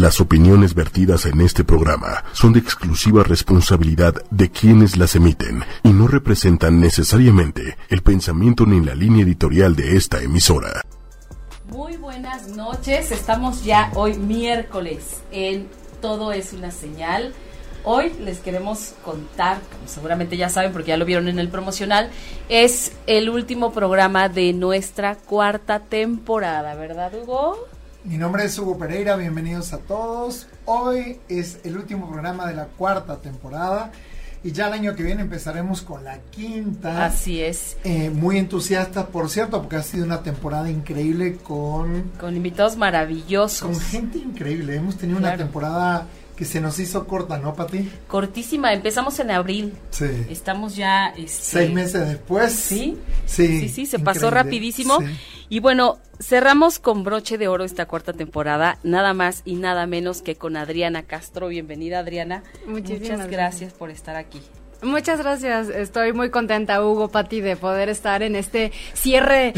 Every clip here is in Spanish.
Las opiniones vertidas en este programa son de exclusiva responsabilidad de quienes las emiten y no representan necesariamente el pensamiento ni la línea editorial de esta emisora. Muy buenas noches, estamos ya hoy miércoles en Todo es una señal. Hoy les queremos contar, como seguramente ya saben porque ya lo vieron en el promocional, es el último programa de nuestra cuarta temporada, ¿verdad, Hugo? Mi nombre es Hugo Pereira, bienvenidos a todos. Hoy es el último programa de la cuarta temporada y ya el año que viene empezaremos con la quinta. Así es. Muy entusiasta, por cierto, porque ha sido una temporada increíble con invitados maravillosos. Con gente increíble. Hemos tenido una temporada que se nos hizo corta, ¿no, Pati? Cortísima, empezamos en abril. Sí. Estamos ya... 6 meses después. Sí, se increíble. pasó rapidísimo. Sí. Y bueno, cerramos con broche de oro esta cuarta temporada, nada más y nada menos que con Adriana Castro. Bienvenida, Adriana. Muchas gracias por estar aquí. Muchas gracias, estoy muy contenta, Hugo, Pati, de poder estar en este cierre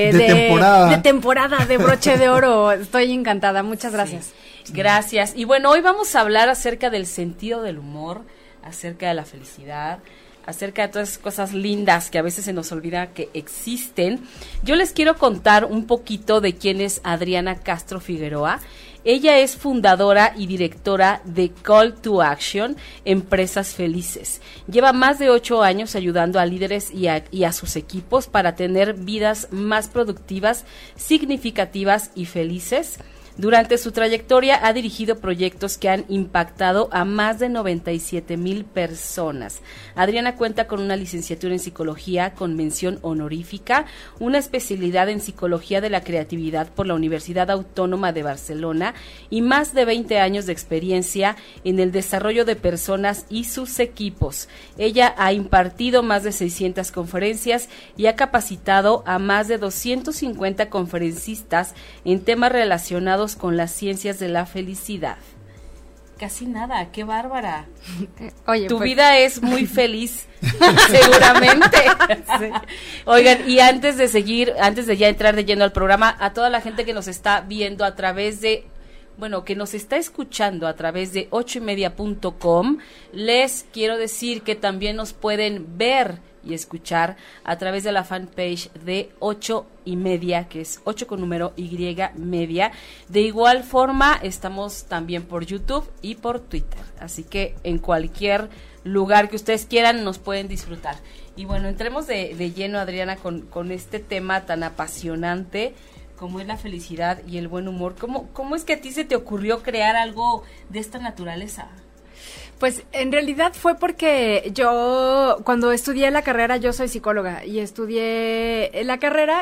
de temporada de broche de oro. Estoy encantada, muchas gracias. Sí. Gracias. Y bueno, hoy vamos a hablar acerca del sentido del humor, acerca de la felicidad, acerca de todas esas cosas lindas que a veces se nos olvida que existen. Yo les quiero contar un poquito de quién es Adriana Castro Figueroa. Ella es fundadora y directora de Call to Action, Empresas Felices. Lleva más de 8 años ayudando a líderes y a sus equipos para tener vidas más productivas, significativas y felices. Durante su trayectoria ha dirigido proyectos que han impactado a más de 97,000 personas. Adriana cuenta con una licenciatura en psicología con mención honorífica, una especialidad en psicología de la creatividad por la Universidad Autónoma de Barcelona y más de 20 años de experiencia en el desarrollo de personas y sus equipos. Ella ha impartido más de 600 conferencias y ha capacitado a más de 250 conferencistas en temas relacionados con las ciencias de la felicidad. Casi nada, qué bárbara. Oye, tu vida es muy feliz, seguramente. Sí. Oigan, y antes de ya entrar de lleno al programa, a toda la gente que nos está viendo a través de, que nos está escuchando a través de 8ymedia.com, les quiero decir que también nos pueden ver y escuchar a través de la fanpage de 8ymedia, que es 8 con número Y media. De igual forma, estamos también por YouTube y por Twitter, así que en cualquier lugar que ustedes quieran nos pueden disfrutar. Y bueno, entremos de lleno, Adriana, con este tema tan apasionante como es la felicidad y el buen humor. ¿Cómo es que a ti se te ocurrió crear algo de esta naturaleza? Pues en realidad fue porque yo, cuando estudié la carrera, yo soy psicóloga y estudié la carrera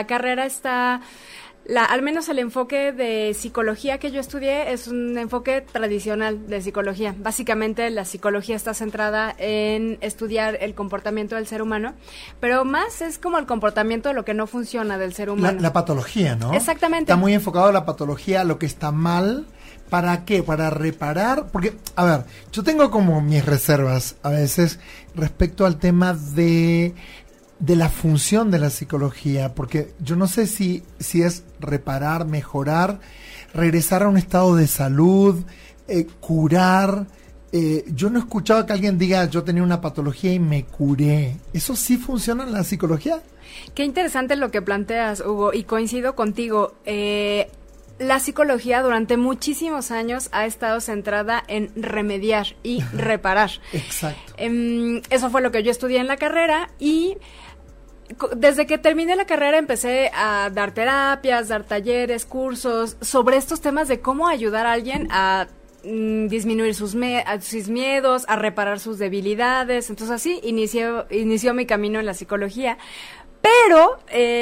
está, al menos el enfoque de psicología que yo estudié es un enfoque tradicional de psicología. Básicamente la psicología está centrada en estudiar el comportamiento del ser humano, pero más es como el comportamiento de lo que no funciona del ser humano. La patología, ¿no? Exactamente. Está muy enfocado a la patología, a lo que está mal. ¿Para qué? Para reparar, porque, a ver, yo tengo como mis reservas a veces respecto al tema de la función de la psicología, porque yo no sé si es reparar, mejorar, regresar a un estado de salud, curar. Yo no he escuchado que alguien diga, yo tenía una patología y me curé. ¿Eso sí funciona en la psicología? Qué interesante lo que planteas, Hugo, y coincido contigo. La psicología durante muchísimos años ha estado centrada en remediar y reparar. Exacto. Eso fue lo que yo estudié en la carrera y desde que terminé la carrera empecé a dar terapias, dar talleres, cursos sobre estos temas de cómo ayudar a alguien a disminuir sus miedos, a reparar sus debilidades. Entonces así inició mi camino en la psicología. Pero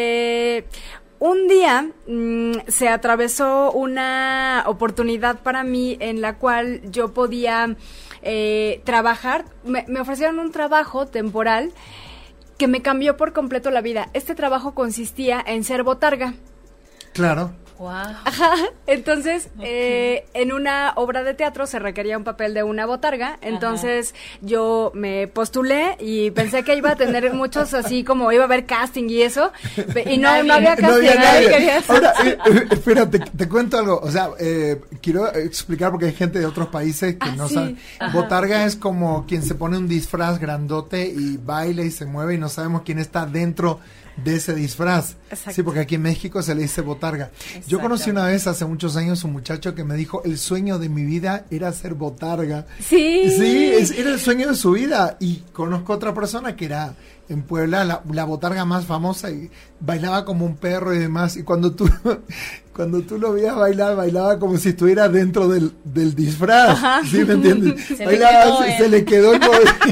un día se atravesó una oportunidad para mí en la cual yo podía trabajar. Me ofrecieron un trabajo temporal que me cambió por completo la vida. Este trabajo consistía en ser botarga. Claro. Wow. Ajá. Entonces, en una obra de teatro se requería un papel de una botarga. Entonces, yo me postulé y pensé que iba a tener muchos así como iba a haber casting y eso. Y no había casting. No había nadie. Quería eso. Ahora, espérate, te cuento algo. O sea, quiero explicar porque hay gente de otros países que no saben. Botarga es como quien se pone un disfraz grandote y baila y se mueve y no sabemos quién está dentro de ese disfraz. Exacto. Sí, porque aquí en México se le dice botarga. Yo conocí una vez hace muchos años un muchacho que me dijo, el sueño de mi vida era ser botarga. Sí. Sí, era el sueño de su vida. Y conozco otra persona que era en Puebla la botarga más famosa y bailaba como un perro y demás. Y cuando tú lo veías bailar, bailaba como si estuviera dentro del disfraz. Ajá. ¿Sí me entiendes? Se le quedó el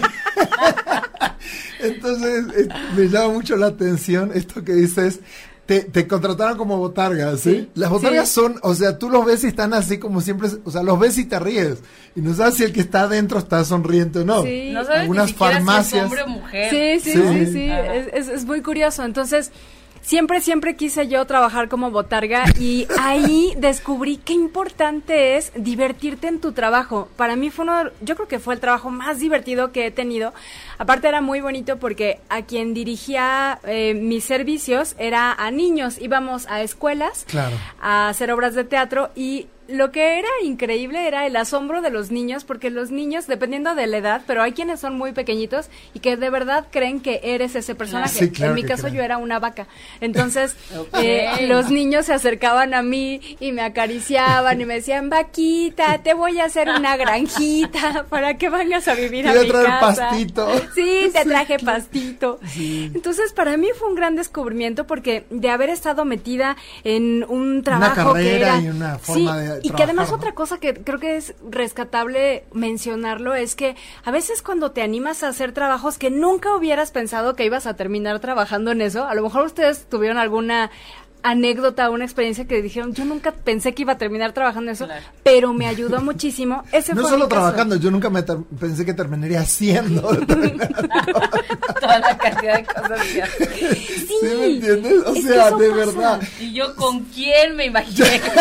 Entonces, me llama mucho la atención esto que dices, te contrataron como botarga, ¿sí? Sí. Las botargas son, o sea, tú los ves y están así como siempre, o sea, los ves y te ríes, y no sabes si el que está adentro está sonriente o no. Sí. No sabes algunas ni siquiera farmacias. Si es hombre o mujer. Sí. Es muy curioso, entonces... Siempre quise yo trabajar como botarga y ahí descubrí qué importante es divertirte en tu trabajo. Para mí yo creo que fue el trabajo más divertido que he tenido. Aparte era muy bonito porque a quien dirigía mis servicios era a niños. Íbamos a escuelas a hacer obras de teatro y lo que era increíble era el asombro de los niños, porque los niños, dependiendo de la edad, pero hay quienes son muy pequeñitos y que de verdad creen que eres ese personaje. Sí, claro, en mi caso yo era una vaca. Entonces, los niños se acercaban a mí y me acariciaban y me decían, vaquita, te voy a hacer una granjita para que vengas a vivir a mi casa. Pastito. Sí, te traje pastito. Sí. Entonces, para mí fue un gran descubrimiento porque de haber estado metida en un trabajo una carrera que era... y una forma de y que además otra cosa que creo que es rescatable mencionarlo es que a veces cuando te animas a hacer trabajos que nunca hubieras pensado que ibas a terminar trabajando en eso, a lo mejor ustedes tuvieron alguna anécdota, una experiencia que dijeron, yo nunca pensé que iba a terminar trabajando en eso, pero me ayudó muchísimo. Ese no fue solo mi caso. Trabajando, yo nunca pensé que terminaría haciendo. Toda la cantidad de cosas que hace. Sí, ¿me entiendes? O sea, de verdad. Y yo con quién me imaginé que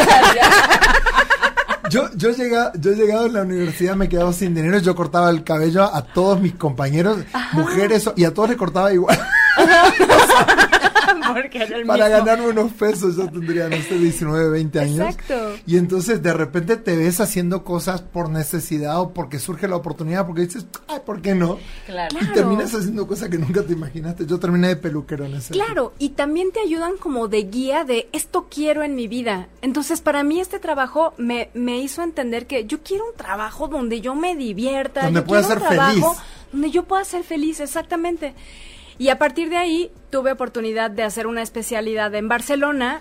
Yo he llegado a la universidad, me he quedado sin dinero, yo cortaba el cabello a todos mis compañeros, mujeres, y a todos les cortaba igual. Porque era el para mismo. ganarme unos pesos, yo tendría, no sé, 19, 20 años. Exacto. Y entonces de repente te ves haciendo cosas por necesidad o porque surge la oportunidad, porque dices, ay, ¿por qué no? Claro. Y terminas haciendo cosas que nunca te imaginaste. Yo terminé de peluquero en ese Claro, y también te ayudan como de guía de esto quiero en mi vida. Entonces, para mí este trabajo me hizo entender que yo quiero un trabajo donde yo me divierta, donde yo pueda quiero ser un trabajo feliz. donde yo pueda ser feliz, exactamente. Y a partir de ahí tuve oportunidad de hacer una especialidad en Barcelona,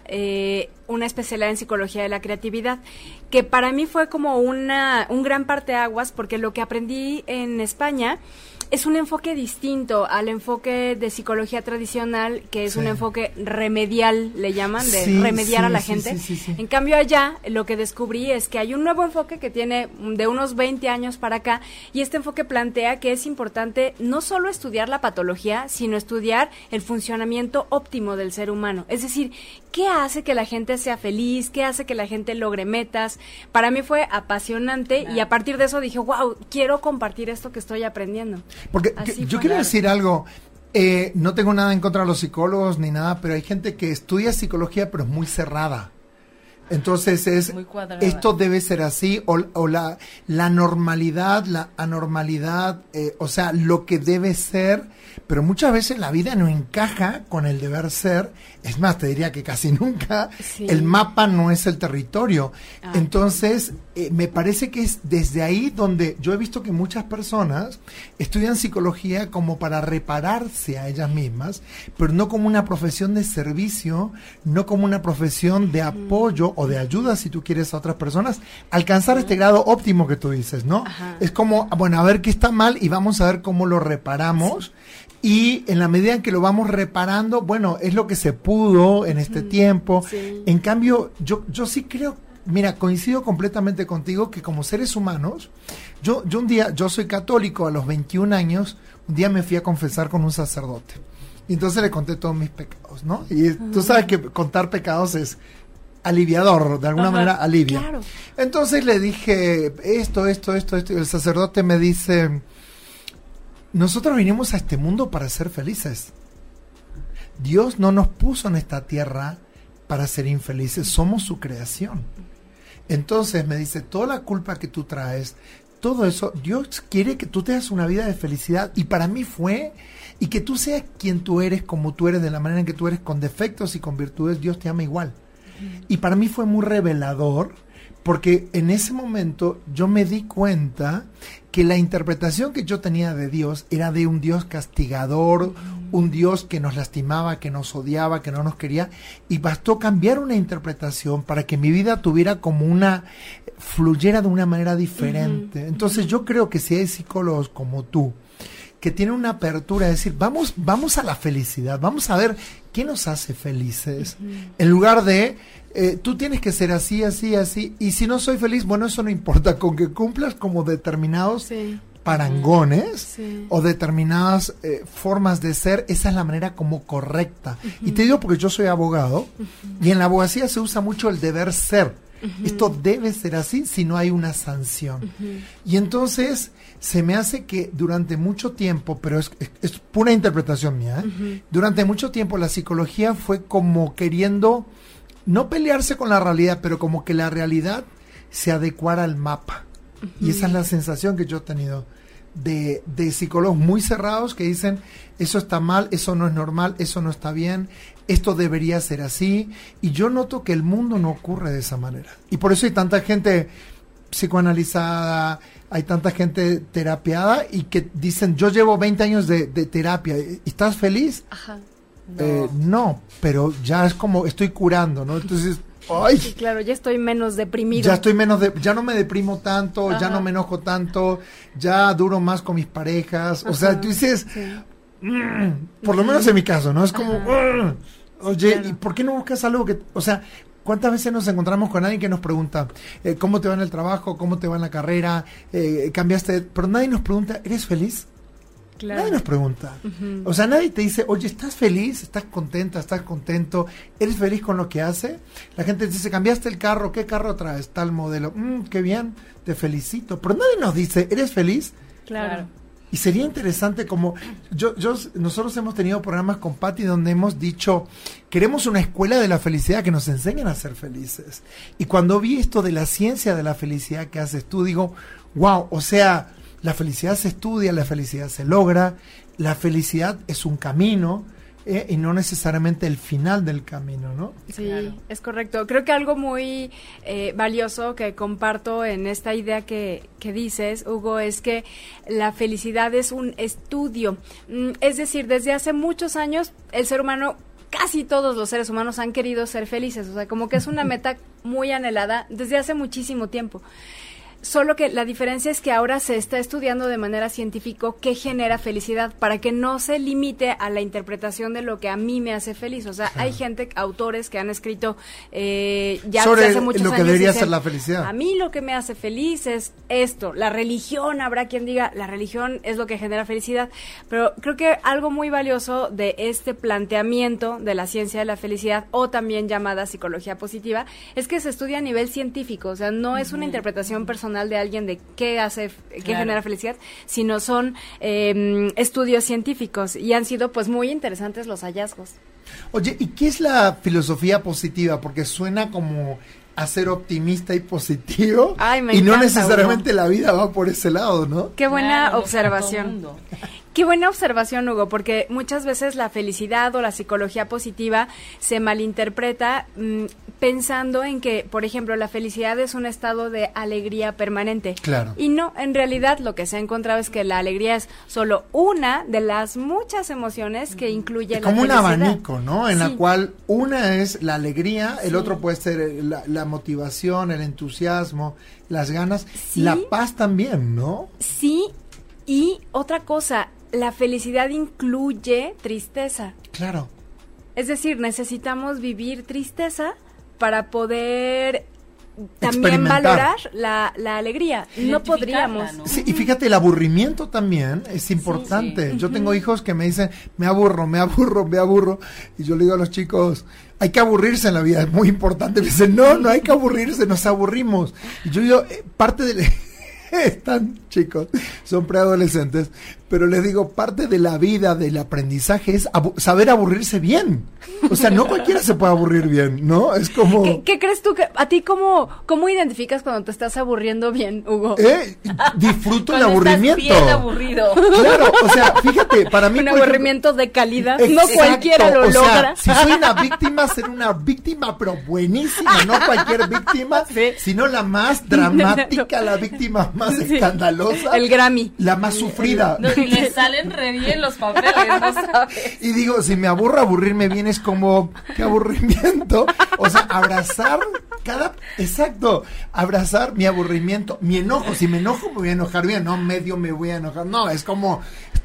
una especialidad en psicología de la creatividad, que para mí fue como un gran parteaguas, porque lo que aprendí en España es un enfoque distinto al enfoque de psicología tradicional, que es un enfoque remedial, le llaman, de remediar a la gente. Sí. En cambio allá, lo que descubrí es que hay un nuevo enfoque que tiene de unos 20 años para acá, y este enfoque plantea que es importante no solo estudiar la patología, sino estudiar el funcionamiento óptimo del ser humano. Es decir, ¿qué hace que la gente sea feliz? ¿Qué hace que la gente logre metas? Para mí fue apasionante, y a partir de eso dije, wow, quiero compartir esto que estoy aprendiendo. Porque yo quiero decir algo, no tengo nada en contra de los psicólogos ni nada, pero hay gente que estudia psicología pero es muy cerrada. Entonces esto debe ser así, o la normalidad, la anormalidad, o sea, lo que debe ser, pero muchas veces la vida no encaja con el deber ser. Es más, te diría que casi nunca el mapa no es el territorio. Entonces, me parece que es desde ahí donde yo he visto que muchas personas estudian psicología como para repararse a ellas mismas, pero no como una profesión de servicio, no como una profesión de apoyo o de ayuda, si tú quieres, a otras personas alcanzar este grado óptimo que tú dices, ¿no? Es como, bueno, a ver qué está mal y vamos a ver cómo lo reparamos. Y en la medida en que lo vamos reparando, bueno, es lo que se pudo en este tiempo. En cambio, yo sí creo, mira, coincido completamente contigo que como seres humanos, yo un día, yo soy católico, a los 21 años, un día me fui a confesar con un sacerdote. Y entonces le conté todos mis pecados, ¿no? Y tú sabes que contar pecados es aliviador, de alguna manera alivia. Claro. Entonces le dije esto, y el sacerdote me dice, nosotros vinimos a este mundo para ser felices. Dios no nos puso en esta tierra para ser infelices, somos su creación. Entonces me dice, toda la culpa que tú traes, todo eso, Dios quiere que tú tengas una vida de felicidad, y para mí fue, y que tú seas quien tú eres, como tú eres, de la manera en que tú eres, con defectos y con virtudes, Dios te ama igual. Y para mí fue muy revelador, porque en ese momento yo me di cuenta que la interpretación que yo tenía de Dios era de un Dios castigador, un Dios que nos lastimaba, que nos odiaba, que no nos quería, y bastó cambiar una interpretación para que mi vida tuviera como fluyera de una manera diferente. Entonces yo creo que si hay psicólogos como tú, que tienen una apertura a decir, vamos a la felicidad, vamos a ver qué nos hace felices, en lugar de, tú tienes que ser así, y si no soy feliz, bueno, eso no importa, con que cumplas como determinados parangones o determinadas formas de ser, esa es la manera como correcta. Y te digo porque yo soy abogado, y en la abogacía se usa mucho el deber ser. Esto debe ser así, si no hay una sanción. Y entonces se me hace que durante mucho tiempo, pero es pura interpretación mía, durante mucho tiempo la psicología fue como queriendo no pelearse con la realidad, pero como que la realidad se adecuara al mapa. Y esa es la sensación que yo he tenido de psicólogos muy cerrados que dicen, eso está mal, eso no es normal, eso no está bien, esto debería ser así. Y yo noto que el mundo no ocurre de esa manera. Y por eso hay tanta gente psicoanalizada, hay tanta gente terapiada, y que dicen, yo llevo 20 años de terapia, ¿estás feliz? Ajá. No, pero ya es como, estoy curando, ¿no? Entonces, ¡ay! Sí, claro, ya estoy menos deprimido. Ya no me deprimo tanto, ya no me enojo tanto, ya duro más con mis parejas. O sea, tú dices, por lo menos en mi caso, ¿no? Es como, oye, claro. ¿Y por qué no buscas algo que, o sea, cuántas veces nos encontramos con alguien que nos pregunta, ¿cómo te va en el trabajo? ¿Cómo te va en la carrera? ¿Cambiaste? Pero nadie nos pregunta, ¿eres feliz? Claro. Nadie nos pregunta. O sea, nadie te dice, oye, ¿estás feliz? ¿Estás contenta? ¿Estás contento? ¿Eres feliz con lo que hace? La gente te dice, ¿cambiaste el carro? ¿Qué carro traes? Tal modelo. Qué bien, te felicito. Pero nadie nos dice, ¿eres feliz? Claro. Y sería interesante como, nosotros hemos tenido programas con Patti donde hemos dicho, queremos una escuela de la felicidad que nos enseñen a ser felices. Y cuando vi esto de la ciencia de la felicidad que haces tú, digo, wow, o sea, la felicidad se estudia, la felicidad se logra, la felicidad es un camino, y no necesariamente el final del camino, ¿no? Sí, claro. Es correcto. Creo que algo muy valioso que comparto en esta idea que dices, Hugo, es que la felicidad es un estudio. Es decir, desde hace muchos años el ser humano, casi todos los seres humanos han querido ser felices, o sea, como que es una meta muy anhelada desde hace muchísimo tiempo. Solo que la diferencia es que ahora se está estudiando de manera científica qué genera felicidad, para que no se limite a la interpretación de lo que a mí me hace feliz. O sea, hay gente, autores que han escrito ya sobre hace muchos años. Lo que debería ser la felicidad. A mí lo que me hace feliz es esto. La religión, habrá quien diga, la religión es lo que genera felicidad. Pero creo que algo muy valioso de este planteamiento de la ciencia de la felicidad, o también llamada psicología positiva, es que se estudia a nivel científico. O sea, no es una interpretación personal de alguien de qué genera felicidad, sino son estudios científicos, y han sido pues muy interesantes los hallazgos. Oye, ¿y qué es la filosofía positiva? Porque suena como a ser optimista y positivo. Ay, me y encanta, no necesariamente Hugo. La vida va por ese lado, ¿no? Qué buena Claro, observación. Qué buena observación, Hugo, porque muchas veces la felicidad o la psicología positiva se malinterpreta pensando en que, por ejemplo, la felicidad es un estado de alegría permanente. Claro. Y no, en realidad lo que se ha encontrado es que la alegría es solo una de las muchas emociones que incluye la felicidad. Como un abanico, ¿no? En Sí. la cual una es la alegría, el otro puede ser la motivación, el entusiasmo, las ganas, Sí. la paz también, ¿no? Sí, y otra cosa, la felicidad incluye tristeza. Claro. Es decir, necesitamos vivir tristeza para poder también valorar la alegría. No podríamos. ¿no? Sí, y fíjate, el aburrimiento también es importante. Sí. Yo tengo hijos que me dicen, me aburro. Y yo le digo a los chicos, hay que aburrirse en la vida, es muy importante. Me dicen, no hay que aburrirse, nos aburrimos. Y yo digo, parte de... Están chicos, son preadolescentes, pero les digo, parte de la vida, del aprendizaje es saber aburrirse bien. O sea, no cualquiera se puede aburrir bien, ¿no? Es como... ¿Qué crees tú? ¿A ti cómo identificas cuando te estás aburriendo bien, Hugo? Disfruto el aburrimiento. Estás bien aburrido. Claro, o sea, fíjate, para mí... Un aburrimiento de calidad, exacto, no cualquiera lo logra. Si soy una víctima, ser una víctima, pero buenísima, no cualquier víctima, sí, sino la más dramática, la víctima más escandalosa. El Grammy. La más sufrida. No, y le salen re bien los papeles, ¿no sabes? Y digo, si me aburro, aburrirme bien es como, qué aburrimiento. O sea, abrazar abrazar mi aburrimiento, mi enojo. Si me enojo, me voy a enojar bien, no medio me voy a enojar. No, es como,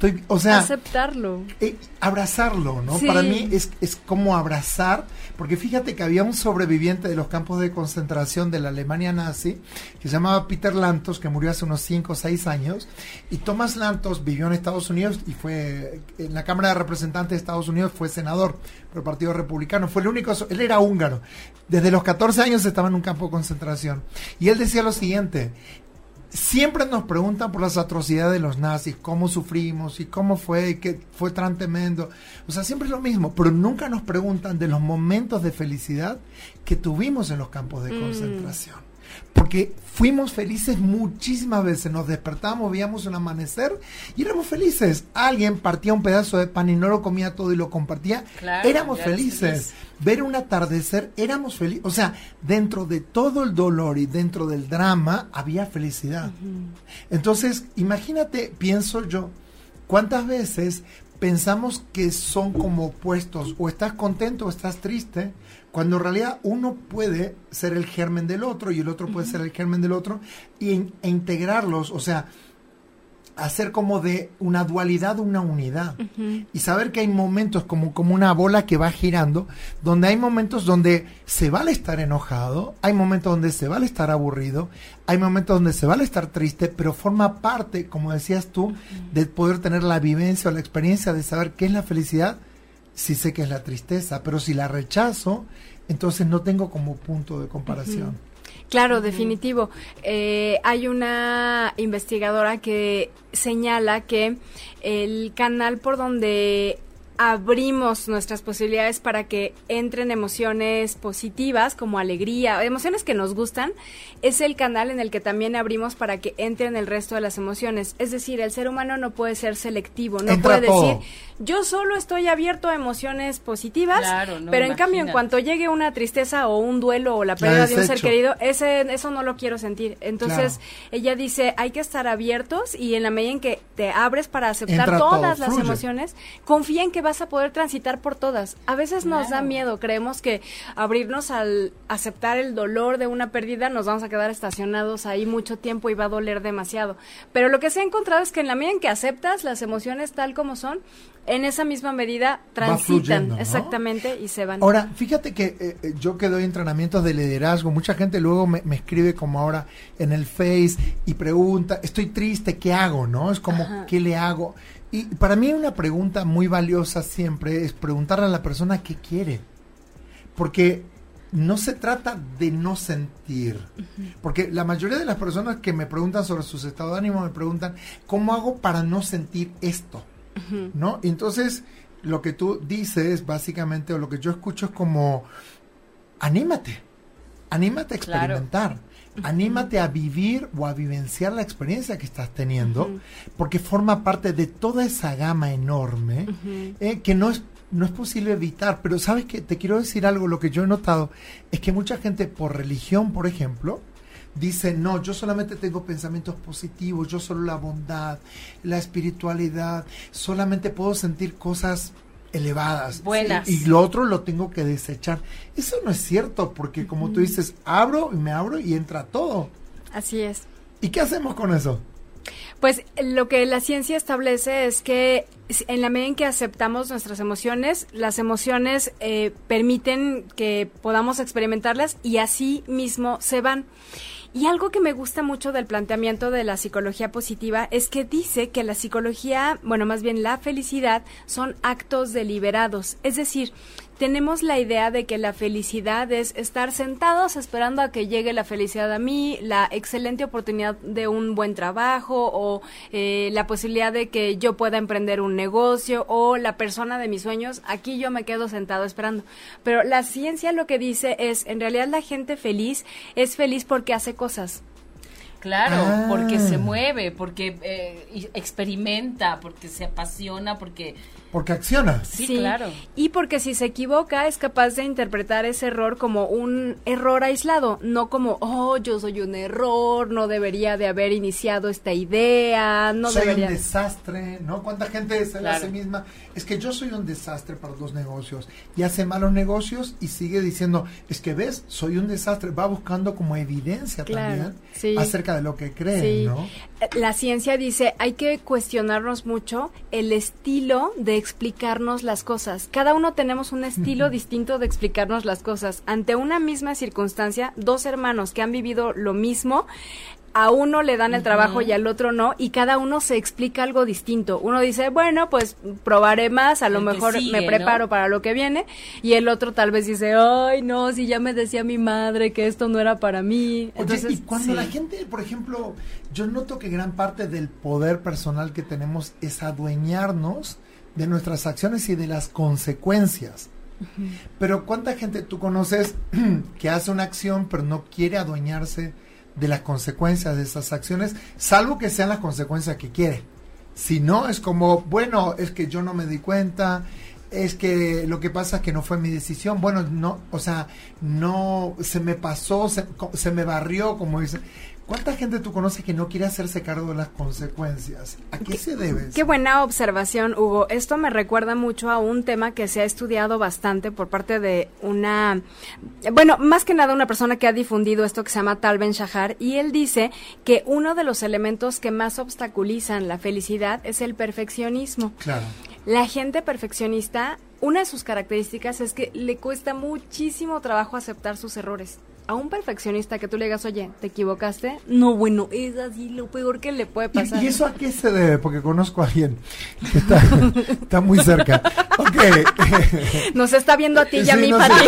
aceptarlo. Abrazarlo, ¿no? Sí. Para mí es como abrazar, porque fíjate que había un sobreviviente de los campos de concentración de la Alemania nazi, que se llamaba Peter Lantos, que murió hace unos 5 o 6 años, y Thomas Lantos vivió en Estados Unidos y fue en la Cámara de Representantes de Estados Unidos, fue senador por el Partido Republicano, fue el único, él era húngaro, desde los 14 años estaba en un campo de concentración, y él decía lo siguiente: siempre nos preguntan por las atrocidades de los nazis, cómo sufrimos y cómo fue, y que fue tan tremendo. O sea, siempre es lo mismo, pero nunca nos preguntan de los momentos de felicidad que tuvimos en los campos de concentración. Porque fuimos felices muchísimas veces, nos despertábamos, veíamos un amanecer y éramos felices. Alguien partía un pedazo de pan y no lo comía todo y lo compartía, claro, éramos felices. Ver un atardecer, éramos felices. O sea, dentro de todo el dolor y dentro del drama había felicidad. Entonces, imagínate, pienso yo, ¿cuántas veces pensamos que son como opuestos? O estás contento o estás triste, cuando en realidad uno puede ser el germen del otro y el otro puede ser el germen del otro e integrarlos, o sea, hacer como de una dualidad una unidad. Y saber que hay momentos como una bola que va girando, donde hay momentos donde se vale estar enojado, hay momentos donde se vale estar aburrido, hay momentos donde se vale estar triste, pero forma parte, como decías tú, de poder tener la vivencia o la experiencia de saber qué es la felicidad, si sé que es la tristeza, pero si la rechazo, entonces no tengo como punto de comparación. Claro, definitivo. Hay una investigadora que señala que el canal por donde abrimos nuestras posibilidades para que entren emociones positivas como alegría, emociones que nos gustan, es el canal en el que también abrimos para que entren el resto de las emociones. Es decir, el ser humano no puede ser selectivo, no puede decir, yo solo estoy abierto a emociones positivas, claro, no, pero en cambio, en cuanto llegue una tristeza o un duelo o la pérdida de un ser querido, eso no lo quiero sentir. Entonces, ella dice, hay que estar abiertos y en la medida en que te abres para aceptar todas las emociones, confía en que vas a poder transitar por todas. A veces nos da miedo, creemos que abrirnos al aceptar el dolor de una pérdida nos vamos a quedar estacionados ahí mucho tiempo y va a doler demasiado. Pero lo que se ha encontrado es que en la medida en que aceptas las emociones tal como son, en esa misma medida transitan, fluyendo, ¿no? Exactamente, y se van. Ahora, fíjate que yo que doy entrenamientos de liderazgo, mucha gente luego me escribe como ahora en el Face y pregunta, estoy triste, ¿qué hago? ¿No? Es como, ¿qué le hago? Y para mí una pregunta muy valiosa siempre es preguntarle a la persona qué quiere. Porque no se trata de no sentir. Porque la mayoría de las personas que me preguntan sobre sus estados de ánimo me preguntan, ¿cómo hago para no sentir esto? ¿No? Y entonces, lo que tú dices, básicamente, o lo que yo escucho es como, anímate a experimentar. Claro. Anímate a vivir o a vivenciar la experiencia que estás teniendo, porque forma parte de toda esa gama enorme que no es posible evitar. Pero ¿sabes qué? Te quiero decir algo, lo que yo he notado es que mucha gente por religión, por ejemplo, dice, no, yo solamente tengo pensamientos positivos, yo solo la bondad, la espiritualidad, solamente puedo sentir cosas elevadas, buenas, y lo otro lo tengo que desechar. Eso no es cierto, porque como tú dices, me abro y entra todo. Así es. ¿Y qué hacemos con eso? Pues lo que la ciencia establece es que en la medida en que aceptamos nuestras emociones, las emociones permiten que podamos experimentarlas y así mismo se van. Y algo que me gusta mucho del planteamiento de la psicología positiva es que dice que la psicología, bueno, más bien la felicidad, son actos deliberados. Es decir, tenemos la idea de que la felicidad es estar sentados esperando a que llegue la felicidad a mí, la excelente oportunidad de un buen trabajo o la posibilidad de que yo pueda emprender un negocio o la persona de mis sueños. Aquí yo me quedo sentado esperando. Pero la ciencia lo que dice es, en realidad la gente feliz es feliz porque hace cosas. Claro, porque se mueve, porque experimenta, porque se apasiona, porque acciona. Sí, claro. Y porque si se equivoca es capaz de interpretar ese error como un error aislado, no como, yo soy un error, no debería de haber iniciado esta idea, no soy debería. Un desastre, ¿no? ¿Cuánta gente se claro. a sí misma? Es que yo soy un desastre para los negocios y hace malos negocios y sigue diciendo, es que ves, soy un desastre, va buscando como evidencia también acerca de lo que cree, ¿no? La ciencia dice, hay que cuestionarnos mucho el estilo de explicarnos las cosas. Cada uno tenemos un estilo distinto de explicarnos las cosas. Ante una misma circunstancia, dos hermanos que han vivido lo mismo, a uno le dan el trabajo y al otro no, y cada uno se explica algo distinto. Uno dice, bueno, pues probaré más, a lo mejor me preparo para lo que viene, y el otro tal vez dice, ay, no, si ya me decía mi madre que esto no era para mí. Entonces, oye, y cuando la gente, por ejemplo, yo noto que gran parte del poder personal que tenemos es adueñarnos de nuestras acciones y de las consecuencias. Pero ¿cuánta gente tú conoces que hace una acción pero no quiere adueñarse de las consecuencias de esas acciones, salvo que sean las consecuencias que quiere? Si no, es como, bueno, es que yo no me di cuenta, es que lo que pasa es que no fue mi decisión, bueno, no, o sea, no, se me pasó, se me barrió, como dicen. ¿Cuánta gente tú conoces que no quiere hacerse cargo de las consecuencias? ¿A qué se debe? Qué buena observación, Hugo. Esto me recuerda mucho a un tema que se ha estudiado bastante por parte de más que nada una persona que ha difundido esto que se llama Tal Ben-Shahar, y él dice que uno de los elementos que más obstaculizan la felicidad es el perfeccionismo. Claro. La gente perfeccionista, una de sus características es que le cuesta muchísimo trabajo aceptar sus errores. A un perfeccionista que tú le digas, oye, ¿te equivocaste? No, bueno, es así lo peor que le puede pasar. ¿Y eso a qué se debe? Porque conozco a alguien que está muy cerca. Okay. Nos está viendo a ti y a mí, Pati.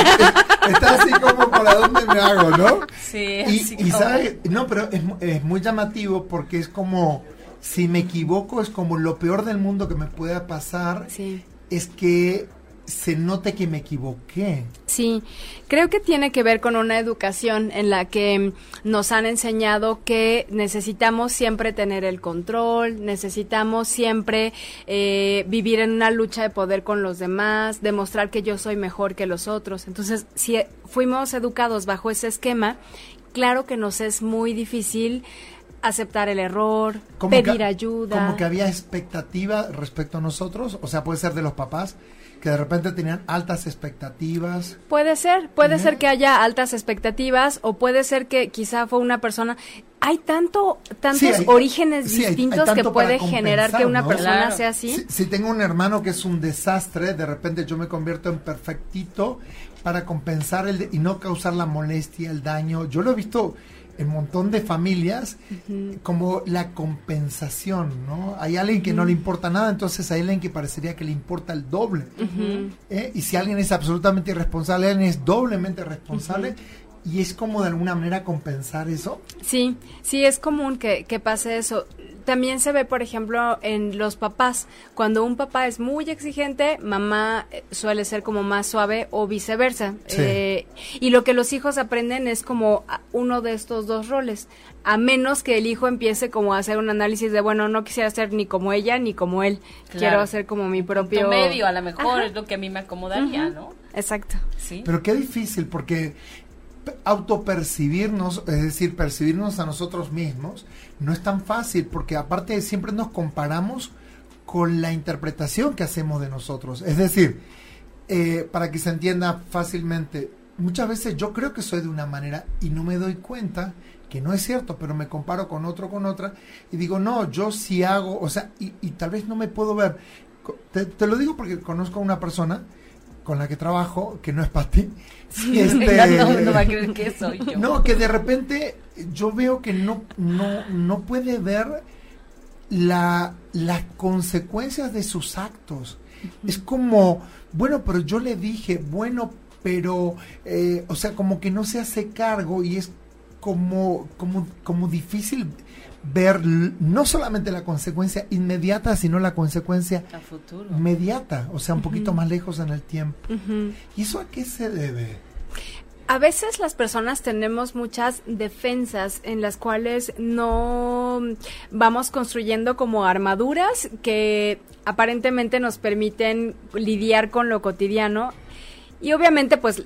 Está así como, ¿para dónde me hago, no? Sí. Y ¿sabes? No, pero es muy llamativo porque es como, si me equivoco, es como lo peor del mundo que me pueda pasar. Sí. Es que se note que me equivoqué. Sí, creo que tiene que ver con una educación en la que nos han enseñado que necesitamos siempre tener el control, necesitamos siempre vivir en una lucha de poder con los demás, demostrar que yo soy mejor que los otros. Entonces, si fuimos educados bajo ese esquema, claro que nos es muy difícil aceptar el error, pedir ayuda. Como que había expectativa respecto a nosotros, o sea, puede ser de los papás, que de repente tenían altas expectativas. Puede ser que haya altas expectativas, o puede ser que quizá fue una persona. Hay tantos orígenes distintos hay que puede generar que una persona sea así. Si tengo un hermano que es un desastre, de repente yo me convierto en perfectito para compensar y no causar la molestia, el daño. Yo lo he visto en un montón de familias, como la compensación, ¿no? Hay alguien que no le importa nada, entonces hay alguien que parecería que le importa el doble. Y si alguien es absolutamente irresponsable, alguien es doblemente responsable, y es como de alguna manera compensar eso. Sí, es común que pase eso. También se ve, por ejemplo, en los papás. Cuando un papá es muy exigente, mamá suele ser como más suave, o viceversa. Sí. Y lo que los hijos aprenden es como uno de estos dos roles. A menos que el hijo empiece como a hacer un análisis de, bueno, no quisiera ser ni como ella ni como él. Claro. Quiero hacer como mi propio... Punto medio, a lo mejor es lo que a mí me acomodaría, ¿no? Exacto. Sí. Pero qué difícil, porque autopercibirnos, es decir, percibirnos a nosotros mismos, no es tan fácil, porque aparte siempre nos comparamos con la interpretación que hacemos de nosotros. Es decir, para que se entienda fácilmente, muchas veces yo creo que soy de una manera y no me doy cuenta que no es cierto, pero me comparo con otro, con otra, y digo, no, yo sí hago, o sea, y tal vez no me puedo ver. Te lo digo porque conozco a una persona con la que trabajo, que no es Pati. No va a creer que soy yo. No, que de repente yo veo que no puede ver las consecuencias de sus actos. Es como, bueno, pero yo le dije, bueno, pero, o sea, como que no se hace cargo y es como difícil ver no solamente la consecuencia inmediata, sino la consecuencia a futuro, inmediata, o sea, un poquito más lejos en el tiempo. ¿Y eso a qué se debe? A veces las personas tenemos muchas defensas en las cuales no vamos construyendo como armaduras que aparentemente nos permiten lidiar con lo cotidiano. Y obviamente, pues,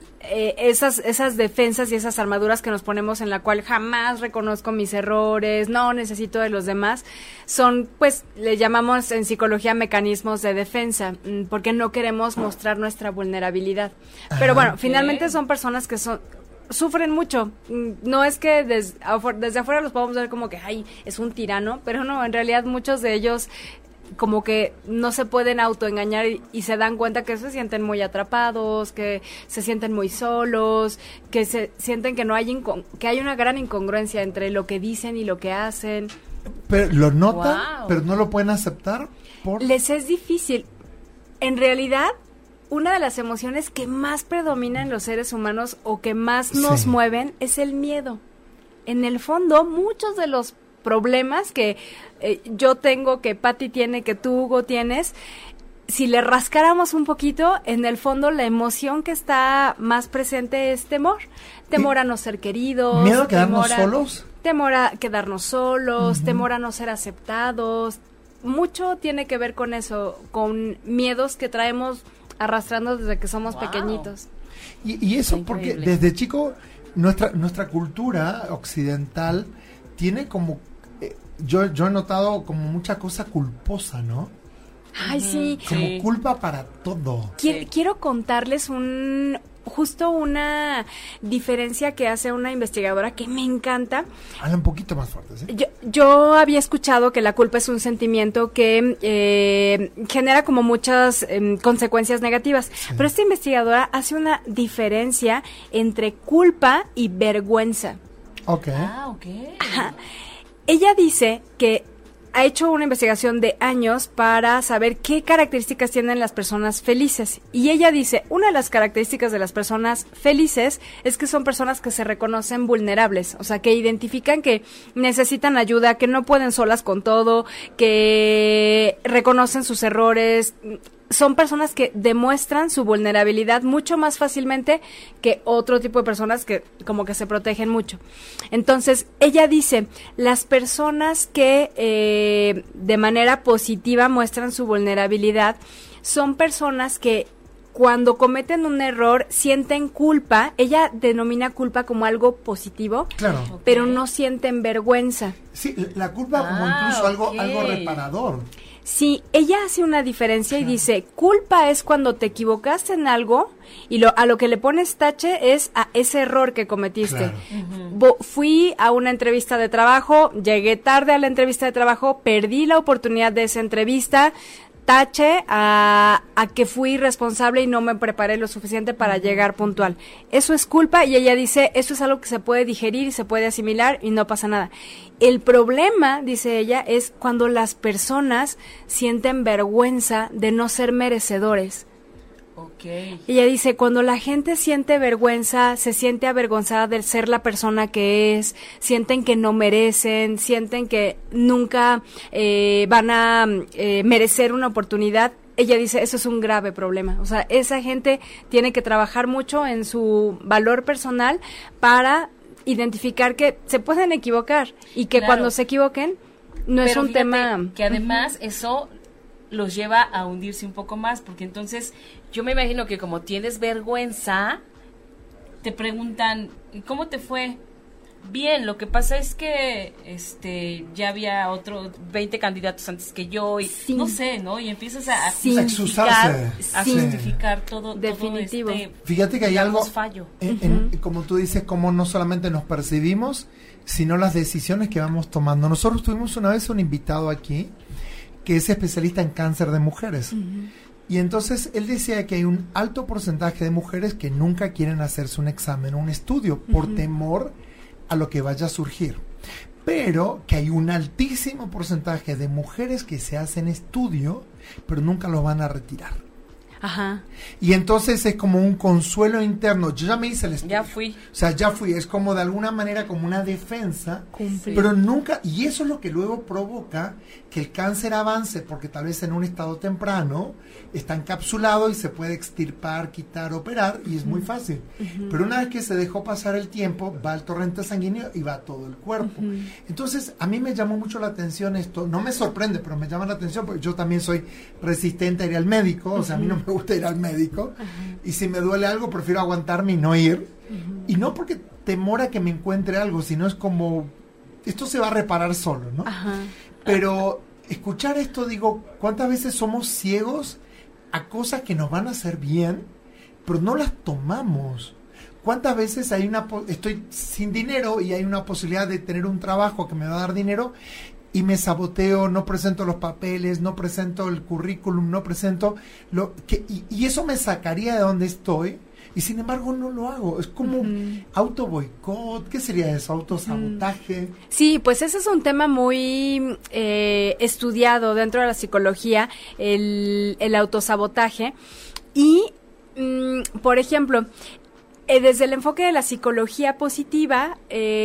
esas defensas y esas armaduras que nos ponemos en la cual jamás reconozco mis errores, no necesito de los demás, son, pues, le llamamos en psicología mecanismos de defensa, porque no queremos mostrar nuestra vulnerabilidad. Pero bueno, finalmente son personas que sufren mucho. No es que desde afuera los podamos ver como que, ay, es un tirano, pero no, en realidad muchos de ellos como que no se pueden autoengañar y se dan cuenta que se sienten muy atrapados, que se sienten muy solos, que se sienten que no hay que hay una gran incongruencia entre lo que dicen y lo que hacen. Pero lo notan, pero no lo pueden aceptar. Les es difícil. En realidad, una de las emociones que más predomina en los seres humanos o que más nos mueven es el miedo. En el fondo, muchos de los problemas que yo tengo, que Pati tiene, que tú, Hugo, tienes, si le rascáramos un poquito, en el fondo la emoción que está más presente es temor. Temor a no ser queridos. ¿Miedo a quedarnos solos? Temor a quedarnos solos, temor a no ser aceptados. Mucho tiene que ver con eso, con miedos que traemos arrastrando desde que somos pequeñitos. Y eso porque desde chico nuestra cultura occidental tiene como... Yo he notado como mucha cosa culposa, ¿no? Ay, sí. Como culpa para todo. Quiero contarles justo una diferencia que hace una investigadora que me encanta. Habla un poquito más fuerte, ¿sí? Yo había escuchado que la culpa es un sentimiento que genera como muchas consecuencias negativas, pero esta investigadora hace una diferencia entre culpa y vergüenza. Ok. Ajá. Ella dice que ha hecho una investigación de años para saber qué características tienen las personas felices. Y ella dice, una de las características de las personas felices es que son personas que se reconocen vulnerables, o sea, que identifican que necesitan ayuda, que no pueden solas con todo, que reconocen sus errores. Son personas que demuestran su vulnerabilidad mucho más fácilmente que otro tipo de personas que como que se protegen mucho. Entonces, ella dice, las personas que de manera positiva muestran su vulnerabilidad son personas que cuando cometen un error sienten culpa. Ella denomina culpa como algo positivo, claro, pero no sienten vergüenza. Sí, la culpa como incluso algo reparador. Sí, ella hace una diferencia y dice, culpa es cuando te equivocaste en algo y a lo que le pones tache es a ese error que cometiste. Claro. Fui a una entrevista de trabajo, llegué tarde a la entrevista de trabajo, perdí la oportunidad de esa entrevista, tache a que fui responsable y no me preparé lo suficiente para llegar puntual. Eso es culpa y ella dice, eso es algo que se puede digerir y se puede asimilar y no pasa nada. El problema, dice ella, es cuando las personas sienten vergüenza de no ser merecedores. Ella dice, cuando la gente siente vergüenza, se siente avergonzada de ser la persona que es, sienten que no merecen, sienten que nunca van a merecer una oportunidad. Ella dice, eso es un grave problema. O sea, esa gente tiene que trabajar mucho en su valor personal para identificar que se pueden equivocar y que cuando se equivoquen no es un tema... que además eso los lleva a hundirse un poco más, porque entonces yo me imagino que como tienes vergüenza, te preguntan, ¿cómo te fue? Bien, lo que pasa es que ya había 20 candidatos antes que yo y no sé, ¿no? Y empiezas a justificar todo definitivo. Fíjate que hay algo fallo. Como tú dices, como no solamente nos percibimos, sino las decisiones que vamos tomando. Nosotros tuvimos una vez un invitado aquí que es especialista en cáncer de mujeres. Y entonces él decía que hay un alto porcentaje de mujeres que nunca quieren hacerse un examen o un estudio por temor a lo que vaya a surgir. pero que hay un altísimo porcentaje de mujeres que se hacen estudio, pero nunca lo van a retirar. Ajá. Y entonces es como un consuelo interno. Yo ya me hice el estudio. Ya fui. O sea, ya fui. Es como de alguna manera como una defensa. Cumplir. Pero nunca, y eso es lo que luego provoca que el cáncer avance, porque tal vez en un estado temprano está encapsulado y se puede extirpar, quitar, operar, y es muy fácil. Pero una vez que se dejó pasar el tiempo, va al torrente sanguíneo y va a todo el cuerpo. Entonces, a mí me llamó mucho la atención esto. No me sorprende, pero me llama la atención porque yo también soy resistente a ir al médico. O sea, a mí no me gusta ir al médico. Y si me duele algo, prefiero aguantarme y no ir. Y no porque temora que me encuentre algo, sino es como, esto se va a reparar solo, ¿no? Pero escuchar esto, digo, ¿cuántas veces somos ciegos a cosas que nos van a hacer bien, pero no las tomamos? ¿Cuántas veces estoy sin dinero y hay una posibilidad de tener un trabajo que me va a dar dinero y me saboteo, no presento los papeles, no presento el currículum, no presento y eso me sacaría de donde estoy? Y sin embargo no lo hago. Es como auto boicot. ¿Qué sería eso? Autosabotaje. Sí, pues ese es un tema muy estudiado dentro de la psicología, el autosabotaje. Y, por ejemplo, desde el enfoque de la psicología positiva,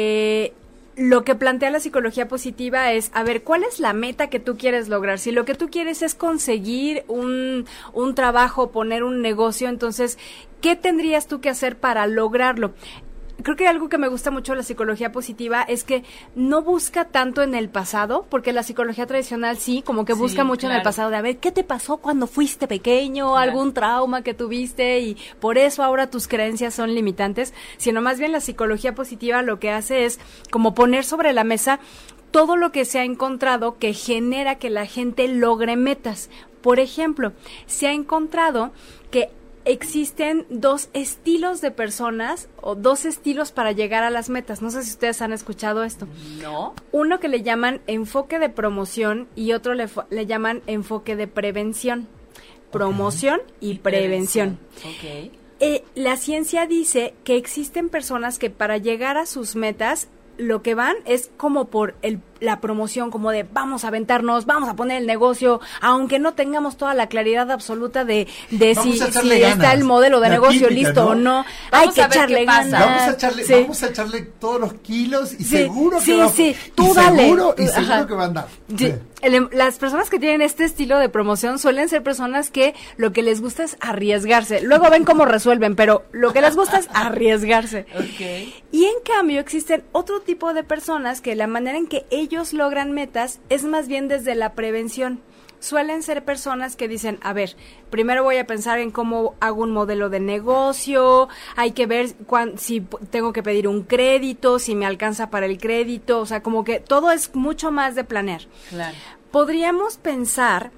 lo que plantea la psicología positiva es, a ver, ¿cuál es la meta que tú quieres lograr? Si lo que tú quieres es conseguir un trabajo, poner un negocio, entonces, ¿qué tendrías tú que hacer para lograrlo? Creo que algo que me gusta mucho de la psicología positiva es que no busca tanto en el pasado, porque la psicología tradicional sí, como que busca mucho en el pasado de, a ver, ¿qué te pasó cuando fuiste pequeño? Algún trauma que tuviste y por eso ahora tus creencias son limitantes, sino más bien la psicología positiva lo que hace es como poner sobre la mesa todo lo que se ha encontrado que genera que la gente logre metas. Por ejemplo, se ha encontrado que existen dos estilos de personas o dos estilos para llegar a las metas. No sé si ustedes han escuchado esto. No. Uno que le llaman enfoque de promoción y otro le llaman enfoque de prevención. Promoción y prevención. Ok. La ciencia dice que existen personas que para llegar a sus metas lo que van es como por la promoción, como de vamos a aventarnos, vamos a poner el negocio, aunque no tengamos toda la claridad absoluta de si está el modelo de negocio típica, listo, ¿no? O no, hay que echarle ganas. Vamos a echarle todos los kilos y seguro que va tú dale. Seguro que va a andar. Sí. Las personas que tienen este estilo de promoción suelen ser personas que lo que les gusta es arriesgarse. Luego ven cómo resuelven, pero lo que les gusta es arriesgarse. Okay. Y en cambio existen otro tipo de personas que la manera en que ellos logran metas es más bien desde la prevención. Suelen ser personas que dicen, a ver, primero voy a pensar en cómo hago un modelo de negocio, hay que ver si tengo que pedir un crédito, si me alcanza para el crédito, o sea, como que todo es mucho más de planear. Claro. Podríamos pensar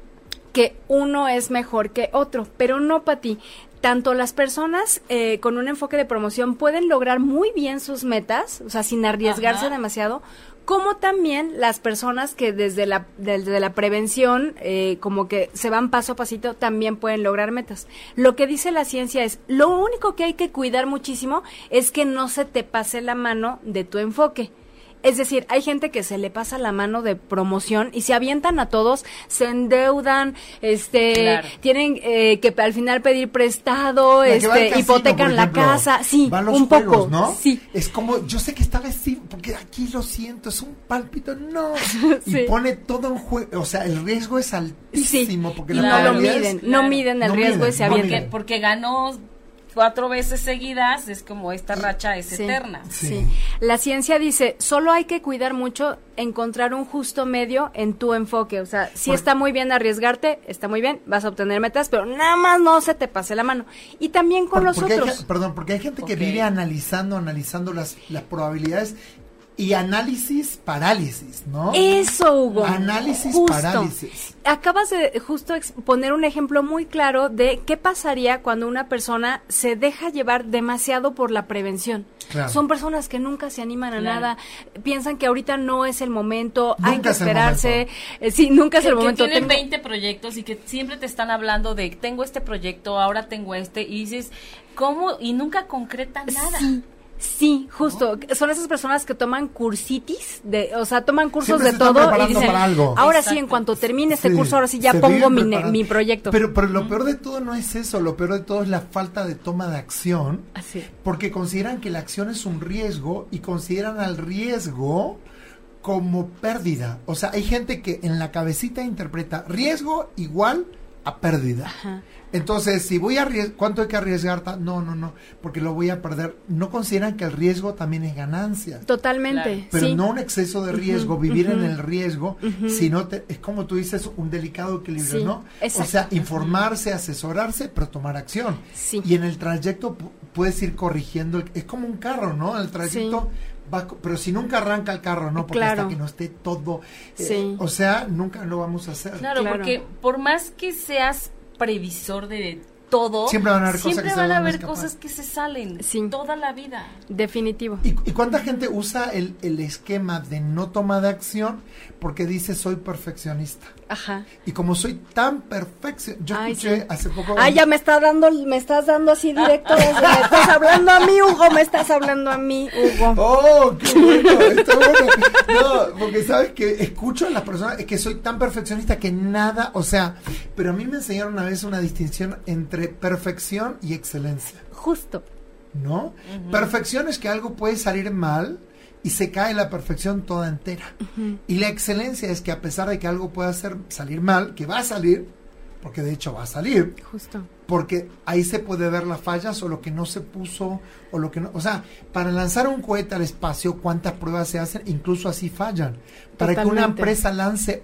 que uno es mejor que otro, pero no para ti. Tanto las personas con un enfoque de promoción pueden lograr muy bien sus metas, o sea, sin arriesgarse demasiado, como también las personas que desde la prevención, como que se van paso a pasito, también pueden lograr metas. Lo que dice la ciencia es, lo único que hay que cuidar muchísimo es que no se te pase la mano de tu enfoque. Es decir, hay gente que se le pasa la mano de promoción y se avientan a todos, se endeudan, tienen que al final pedir prestado, casino, hipotecan la casa, sí, van los un juegos, poco, ¿no? Sí. Es como, yo sé que esta vez sí, porque aquí lo siento, es un pálpito, no, y pone todo en juego, o sea, el riesgo es altísimo, porque y la no lo miden, no miden el riesgo y se avientan. Porque ganó 4 veces seguidas, es como esta racha es eterna. Sí. La ciencia dice, solo hay que cuidar mucho encontrar un justo medio en tu enfoque, o sea, si está muy bien arriesgarte, está muy bien, vas a obtener metas, pero nada más no se te pase la mano. Y también con los otros. Porque hay gente que vive analizando las probabilidades y análisis parálisis, ¿no? Eso, Hugo. Análisis parálisis. Acabas de justo poner un ejemplo muy claro de qué pasaría cuando una persona se deja llevar demasiado por la prevención. Claro. Son personas que nunca se animan a nada, piensan que ahorita no es el momento, hay que esperarse. Sí, nunca es el momento. Que tienen 20 proyectos y que siempre te están hablando de tengo este proyecto, ahora tengo y dices, ¿cómo? Y nunca concretan nada. Sí. Sí, justo. Son esas personas que toman cursitis, o sea, toman cursos Siempre de se están todo y preparando dicen, para algo. ahora Exacto. sí, en cuanto termine este Sí, curso, ahora sí ya se pongo viven preparando. mi proyecto. Pero lo peor de todo no es eso, lo peor de todo es la falta de toma de acción, Así. porque consideran que la acción es un riesgo y consideran al riesgo como pérdida. O sea, hay gente que en la cabecita interpreta riesgo igual a pérdida. Ajá. Entonces, si voy a arriesgar, ¿cuánto hay que arriesgar? No, porque lo voy a perder. No consideran que el riesgo también es ganancia. Totalmente, Claro. Pero sí. no un exceso de riesgo, Ujú, vivir en ujú, el riesgo, ujú. sino es como tú dices, un delicado equilibrio, Sí, ¿no? exacto. O sea, informarse, asesorarse, pero tomar acción. Sí. Y en el trayecto puedes ir corrigiendo, es como un carro, ¿no? El trayecto pero si nunca arranca el carro, ¿no? Porque Claro. hasta que no esté todo, Sí. o sea, nunca lo vamos a hacer. Claro, Claro. porque por más que seas previsor de todo, Siempre van a haber cosas siempre que se van a van a haber escapar. cosas que se salen Sí. toda la vida. Definitivo. ¿Y cuánta gente usa el esquema de no toma de acción porque dice soy perfeccionista? Ajá. Y como soy tan perfeccionista, yo Ay, escuché sí. hace poco... Ah, ya me estás dando así directo. Me estás hablando a mí, Hugo, me estás hablando a mí, Hugo. ¡Oh, qué bueno! Está bueno. No, porque sabes que escucho a las personas, es que soy tan perfeccionista que nada, o sea, pero a mí me enseñaron una vez una distinción entre perfección y excelencia, Justo. ¿no? Perfección es que algo puede salir mal y se cae la perfección toda entera. Y la excelencia es que a pesar de que algo pueda salir mal, que va a salir, porque de hecho va a salir, Justo. porque ahí se puede ver las fallas o lo que no se puso o lo que no, o sea, para lanzar un cohete al espacio, cuántas pruebas se hacen, incluso así fallan. Para que una Totalmente. empresa lance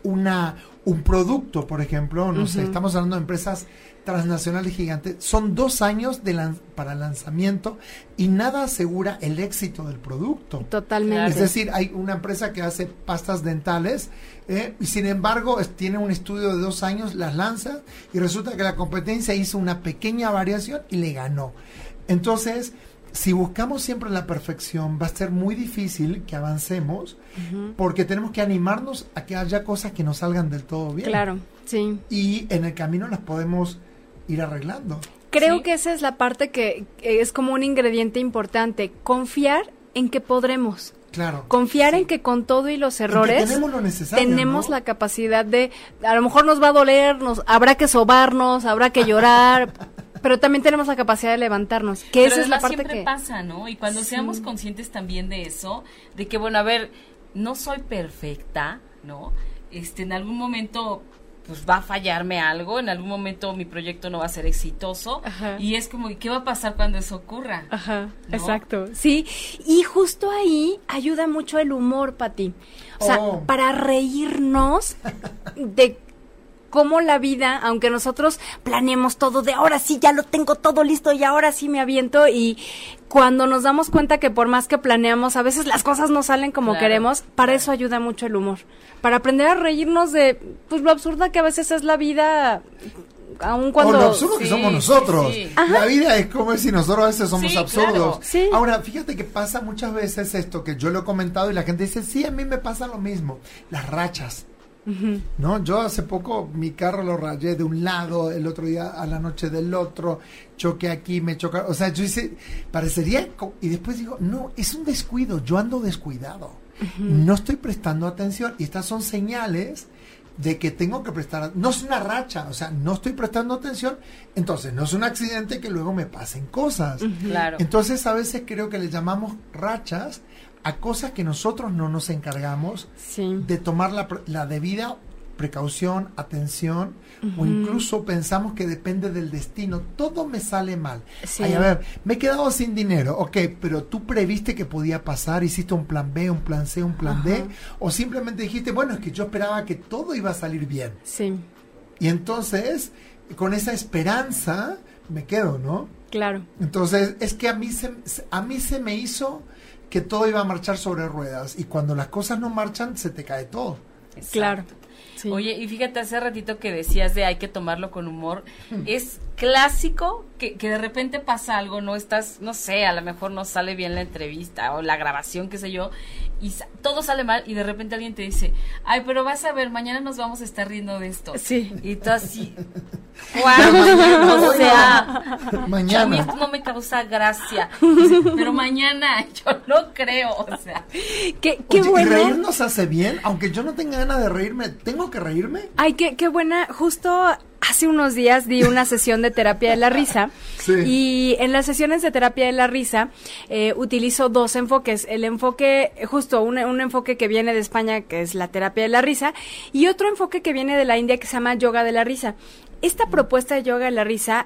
un producto, por ejemplo, no sé, estamos hablando de empresas transnacionales gigantes, son 2 años para lanzamiento y nada asegura el éxito del producto. Totalmente. Es decir, hay una empresa que hace pastas dentales y sin embargo tiene un estudio de 2 años, las lanza y resulta que la competencia hizo una pequeña variación y le ganó. Entonces, si buscamos siempre la perfección, va a ser muy difícil que avancemos porque tenemos que animarnos a que haya cosas que no salgan del todo bien. Claro, sí. Y en el camino las podemos ir arreglando. Creo Sí. que esa es la parte que es como un ingrediente importante. Confiar en que podremos. Claro. Confiar en que con todo y los En que errores tenemos lo necesario, tenemos ¿no? la capacidad de, a lo mejor nos va a doler, habrá que sobarnos, habrá que llorar, pero también tenemos la capacidad de levantarnos, que Pero esa es la además parte siempre que... pasa, ¿no? Y cuando Sí. seamos conscientes también de eso, de que, bueno, a ver, no soy perfecta, ¿no? En algún momento pues va a fallarme algo, en algún momento mi proyecto no va a ser exitoso. Ajá. Y es como, ¿qué va a pasar cuando eso ocurra? Ajá, ¿No? exacto, sí, y justo ahí ayuda mucho el humor, Pati, o sea, Oh. para reírnos de cómo la vida, aunque nosotros planeemos todo de ahora sí ya lo tengo todo listo y ahora sí me aviento, y cuando nos damos cuenta que por más que planeamos, a veces las cosas no salen como Claro, queremos, para eso ayuda mucho el humor, para aprender a reírnos de pues lo absurda que a veces es la vida, aun cuando... O lo absurdo que Sí, somos nosotros. sí, sí. La vida es como si nosotros a veces somos Sí, absurdos. claro. Sí. Ahora, fíjate que pasa muchas veces esto, que yo lo he comentado y la gente dice, sí, a mí me pasa lo mismo. Las rachas. ¿No? Yo hace poco mi carro lo rayé de un lado, el otro día a la noche del otro, choqué aquí, me chocaron, o sea, yo hice, parecería, y después digo, no, es un descuido, yo ando descuidado, no estoy prestando atención, y estas son señales de que tengo que prestar, no es una racha, o sea, no estoy prestando atención, entonces no es un accidente que luego me pasen cosas. Claro. Entonces a veces creo que le llamamos rachas a cosas que nosotros no nos encargamos Sí. de tomar la debida precaución, atención, o incluso pensamos que depende del destino. Todo me sale mal. Sí. Ay, a ver, me he quedado sin dinero. Ok, pero tú previste que podía pasar, hiciste un plan B, un plan C, un plan D, o simplemente dijiste, bueno, es que yo esperaba que todo iba a salir bien. Sí, Y entonces, con esa esperanza, me quedo, ¿no? claro. Entonces, es que a mí se me hizo que todo iba a marchar sobre ruedas, y cuando las cosas no marchan, se te cae todo. Claro. Sí. Oye, y fíjate, hace ratito que decías de hay que tomarlo con humor, es clásico que de repente pasa algo, no estás, no sé, a lo mejor no sale bien la entrevista o la grabación, qué sé yo, y todo sale mal y de repente alguien te dice, ay, pero vas a ver, mañana nos vamos a estar riendo de esto. Sí. Y tú así, wow, o sea, mañana. a mí esto no me causa gracia, pero mañana yo no creo, o sea. Qué Oye, bueno. ¿y reír nos hace bien? Aunque yo no tenga ganas de reírme, ¿tengo que reírme? Ay, qué buena. Justo hace unos días di una sesión de terapia de la risa. Sí. Y en las sesiones de terapia de la risa utilizo dos enfoques. El enfoque, justo un enfoque que viene de España, que es la terapia de la risa, y otro enfoque que viene de la India, que se llama yoga de la risa. Esta propuesta de yoga de la risa,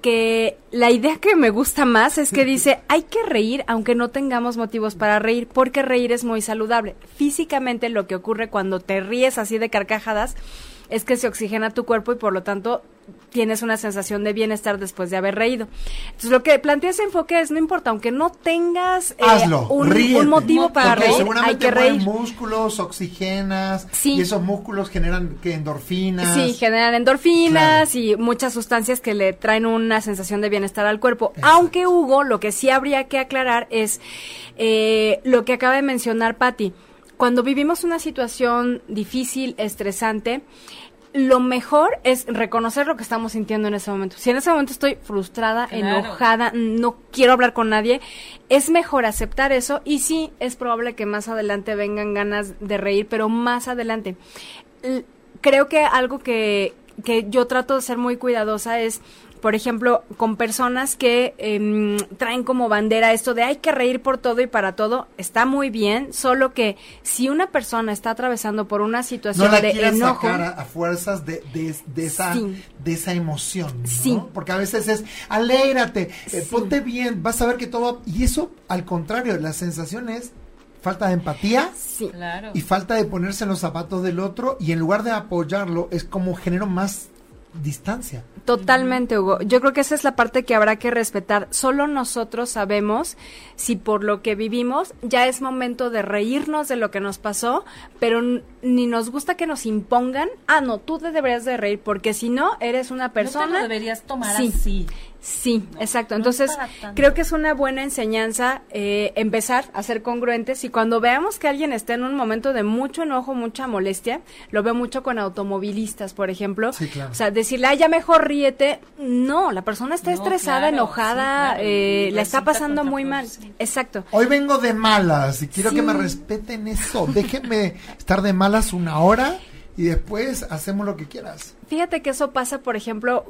la idea que me gusta más es que dice, hay que reír aunque no tengamos motivos para reír, porque reír es muy saludable. Físicamente lo que ocurre cuando te ríes así de carcajadas es que se oxigena tu cuerpo y por lo tanto tienes una sensación de bienestar después de haber reído. Entonces lo que plantea ese enfoque es, no importa, aunque no tengas hazlo, un motivo para porque reír, seguramente hay que reír. mueven músculos, oxigenas, Sí. y esos músculos generan endorfinas. Sí, generan endorfinas Claro. y muchas sustancias que le traen una sensación de bienestar al cuerpo. Exacto. Aunque, Hugo, lo que sí habría que aclarar es lo que acaba de mencionar Patti. Cuando vivimos una situación difícil, estresante, lo mejor es reconocer lo que estamos sintiendo en ese momento. Si en ese momento estoy frustrada, Claro. enojada, no quiero hablar con nadie, es mejor aceptar eso y sí, es probable que más adelante vengan ganas de reír, pero más adelante. Creo que algo que yo trato de ser muy cuidadosa es, por ejemplo, con personas que traen como bandera esto de hay que reír por todo y para todo, está muy bien, solo que si una persona está atravesando por una situación No la de quieras enojo, sacar a fuerzas de Sí. esa emoción, ¿no? Sí. Porque a veces es, alégrate, Sí. ponte bien, vas a ver que todo... Y eso, al contrario, la sensación es falta de empatía sí. Claro. y falta de ponerse en los zapatos del otro, y en lugar de apoyarlo, es como genero más distancia. Totalmente, Hugo. Yo creo que esa es la parte que habrá que respetar. Solo nosotros sabemos si por lo que vivimos ya es momento de reírnos de lo que nos pasó, pero ni nos gusta que nos impongan, no, tú te deberías de reír, porque si no, eres una persona... No te lo deberías tomar Sí. así. Sí, No, exacto. no Entonces, es para tanto. creo que es una buena enseñanza empezar a ser congruentes, y cuando veamos que alguien está en un momento de mucho enojo, mucha molestia, lo veo mucho con automovilistas, por ejemplo. Sí, claro. O sea, decirle, ya mejor ríete. No, la persona está No, estresada, claro, enojada, sí, claro, y la está resulta pasando muy mal. contraproducente. Exacto. Hoy vengo de malas y quiero Sí. que me respeten eso. Déjenme estar de malas una hora y después hacemos lo que quieras. Fíjate que eso pasa, por ejemplo,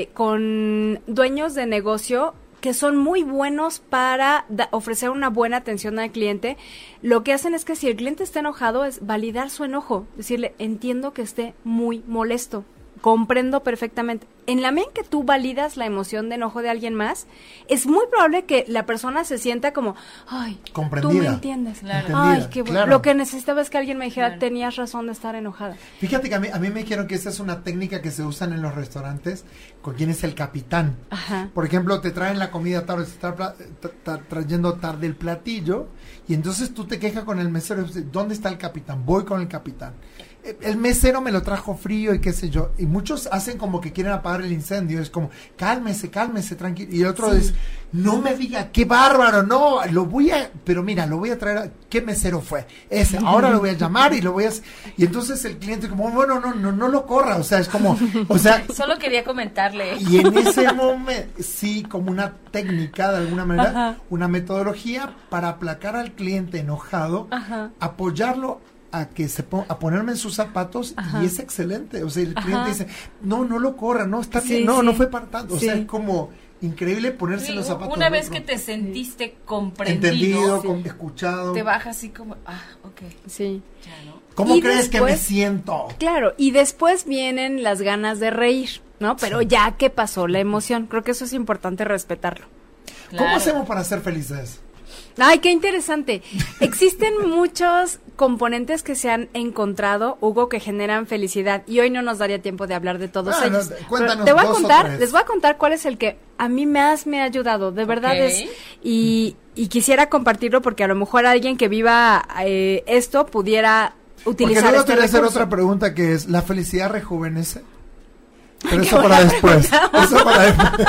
con dueños de negocio que son muy buenos para ofrecer una buena atención al cliente. Lo que hacen es que si el cliente está enojado, es validar su enojo, decirle, entiendo que esté muy molesto, comprendo perfectamente. En la medida en que tú validas la emoción de enojo de alguien más, es muy probable que la persona se sienta como, ay, Comprendida. tú me entiendes. Claro. Entendida, Ay, qué bueno. claro. Lo que necesitaba es que alguien me dijera, Claro. tenías razón de estar enojada. Fíjate que a mí me dijeron que esa es una técnica que se usan en los restaurantes con quien es el capitán. Ajá. Por ejemplo, te traen la comida tarde, se está trayendo tarde el platillo, y entonces tú te quejas con el mesero, ¿dónde está el capitán? Voy con el capitán. El mesero me lo trajo frío y qué sé yo. Y muchos hacen como que quieren apagar el incendio. Es como, cálmese, tranquilo. Y el otro es, no me diga, qué bárbaro, no, pero mira, lo voy a traer, ¿qué mesero fue? Ese, ahora lo voy a llamar y lo voy a... Y entonces el cliente como, bueno, no lo corra, o sea, es como, o sea... Solo quería comentarle. Y en ese momento, sí, como una técnica, de alguna manera, Ajá. una metodología para aplacar al cliente enojado, Ajá. apoyarlo a que a ponerme en sus zapatos. Ajá. Y es excelente. O sea, el cliente Ajá. dice, no lo corra, no está Sí, bien, no sí. fue para tanto. O sea, Sí. es como increíble ponerse Sí, en los zapatos. una del vez otro. que te sentiste comprendido, entendido, escuchado. te baja así como, ok, Sí. ya, ¿no? ¿Cómo Y crees que me después- siento? Claro, y después vienen las ganas de reír, ¿no? Pero ya que pasó la emoción, creo que eso es importante respetarlo. ¿Cómo Claro. hacemos para ser felices? Ay, qué interesante. Existen muchos componentes que se han encontrado, Hugo, que generan felicidad, y hoy no nos daría tiempo de hablar de todos Ah, no, ellos. cuéntanos Pero dos o tres. les voy a contar cuál es el que a mí más me ha ayudado, de verdad Ok. es, y quisiera compartirlo porque a lo mejor alguien que viva esto pudiera Porque utilizar luego este te voy a hacer recurso. otra pregunta, que es, ¿la felicidad rejuvenece? Pero eso para después. Eso para después.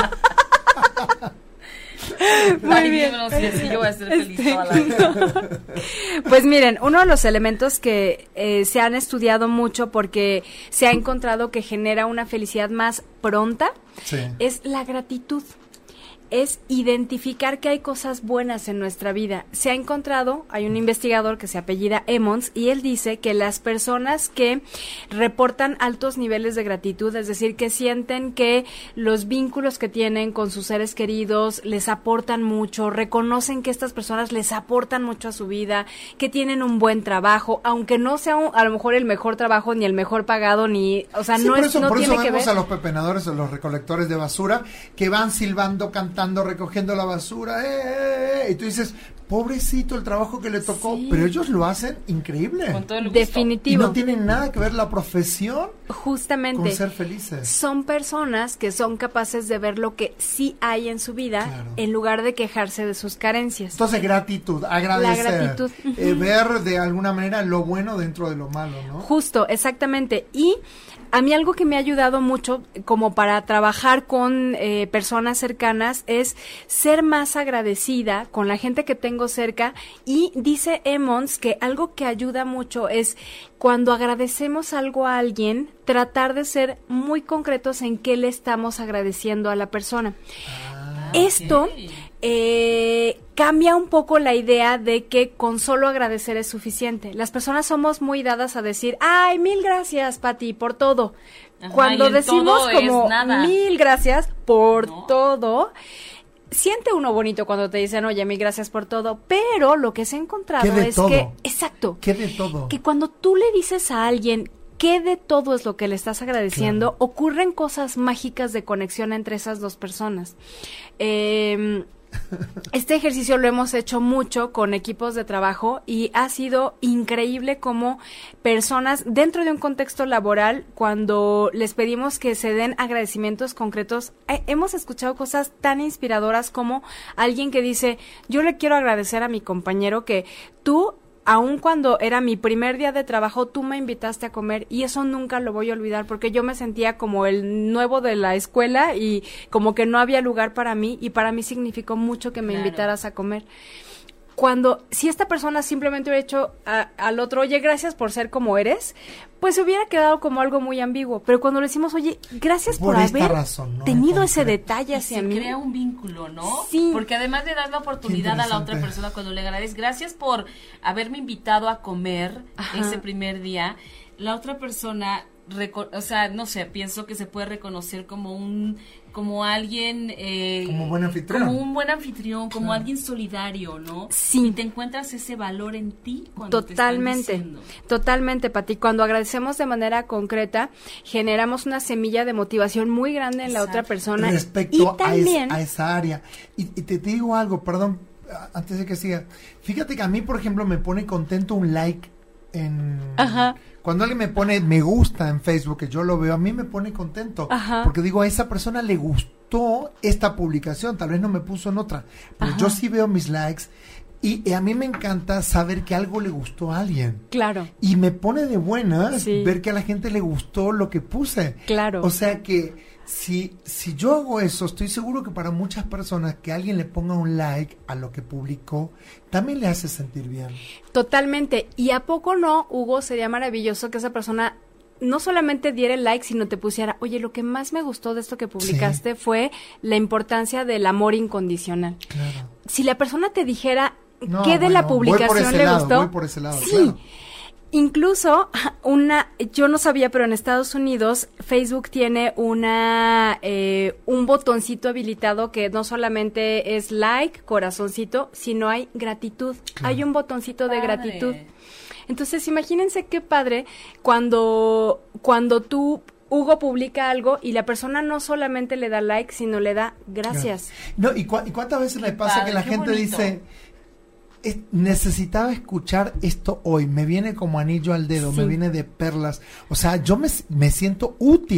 Muy bien. No, sí, yo voy a ser feliz toda la vida. Pues miren, uno de los elementos que se han estudiado mucho porque se ha encontrado que genera una felicidad más pronta es la gratitud. Es identificar que hay cosas buenas en nuestra vida. Se ha encontrado, hay un investigador que se apellida Emmons y él dice que las personas que reportan altos niveles de gratitud, es decir, que sienten que los vínculos que tienen con sus seres queridos les aportan mucho, reconocen que estas personas les aportan mucho a su vida, que tienen un buen trabajo, aunque no sea a lo mejor el mejor trabajo ni el mejor pagado, ni, o sea, no tiene que ver. Por eso vemos a los pepenadores o los recolectores de basura que van silbando, cantando, recogiendo la basura, y tú dices, pobrecito el trabajo que le tocó, pero ellos lo hacen increíble. Con todo el gusto. Definitivo. Y no tienen nada que ver la profesión justamente con ser felices. Son personas que son capaces de ver lo que sí hay en su vida en lugar de quejarse de sus carencias. Entonces, gratitud, agradecer. La gratitud. Ver de alguna manera lo bueno dentro de lo malo, ¿no? Justo, exactamente. Y a mí algo que me ha ayudado mucho como para trabajar con personas cercanas es ser más agradecida con la gente que tengo cerca, y dice Emmons que algo que ayuda mucho es cuando agradecemos algo a alguien, tratar de ser muy concretos en qué le estamos agradeciendo a la persona. Esto cambia un poco la idea de que con solo agradecer es suficiente. Las personas somos muy dadas a decir, ay, 1000 gracias, Pati, por todo. Ajá, cuando decimos como 1000 gracias por todo, siente uno bonito cuando te dicen, oye, 1000 gracias por todo, pero lo que se ha encontrado es que, exacto, ¿qué de todo? Que cuando tú le dices a alguien qué de todo es lo que le estás agradeciendo, ocurren cosas mágicas de conexión entre esas dos personas. Este ejercicio lo hemos hecho mucho con equipos de trabajo y ha sido increíble como personas dentro de un contexto laboral, cuando les pedimos que se den agradecimientos concretos, hemos escuchado cosas tan inspiradoras como alguien que dice, yo le quiero agradecer a mi compañero que tú, aun cuando era mi primer día de trabajo, tú me invitaste a comer, y eso nunca lo voy a olvidar porque yo me sentía como el nuevo de la escuela y como que no había lugar para mí, y para mí significó mucho que me invitaras a comer. Si esta persona simplemente hubiera hecho al otro, oye, gracias por ser como eres, pues se hubiera quedado como algo muy ambiguo. Pero cuando le decimos, oye, gracias por haber tenido ese detalle hacia mí. Se crea un vínculo, ¿no? Sí. Porque además le das la oportunidad a la otra persona cuando le agradeces, gracias por haberme invitado a comer ese primer día, la otra persona, o sea, no sé, pienso que se puede reconocer como alguien como buen anfitrión, como un buen anfitrión, como alguien solidario, ¿no? Sí. Y te encuentras ese valor en ti cuando Totalmente, Pati. Cuando agradecemos de manera concreta, generamos una semilla de motivación muy grande en la otra persona respecto a esa área. Y te digo algo, perdón, antes de que siga. Fíjate que a mí, por ejemplo, me pone contento un like cuando alguien me pone me gusta en Facebook, que yo lo veo, a mí me pone contento, porque digo, a esa persona le gustó esta publicación, tal vez no me puso en otra, pero yo sí veo mis likes, y a mí me encanta saber que algo le gustó a alguien. Claro. Y me pone de buenas ver que a la gente le gustó lo que puse. Claro. O sea que si yo hago eso, estoy seguro que para muchas personas que alguien le ponga un like a lo que publicó, también le hace sentir bien. Totalmente. ¿Y a poco no, Hugo? Sería maravilloso que esa persona no solamente diera el like, sino te pusiera, oye, lo que más me gustó de esto que publicaste fue la importancia del amor incondicional. Claro. Si la persona te dijera qué de la publicación le gustó. Voy por ese lado, sí. Claro. Incluso yo no sabía, pero en Estados Unidos Facebook tiene un botoncito habilitado que no solamente es like, corazoncito, sino hay gratitud. Claro. Hay un botoncito de gratitud. Entonces, imagínense qué padre cuando tú, Hugo, publica algo y la persona no solamente le da like, sino le da gracias. No, ¿y cuántas veces me pasa que la gente dice, necesitaba escuchar esto hoy, me viene como anillo al dedo, Sí. me viene de perlas, o sea, yo me siento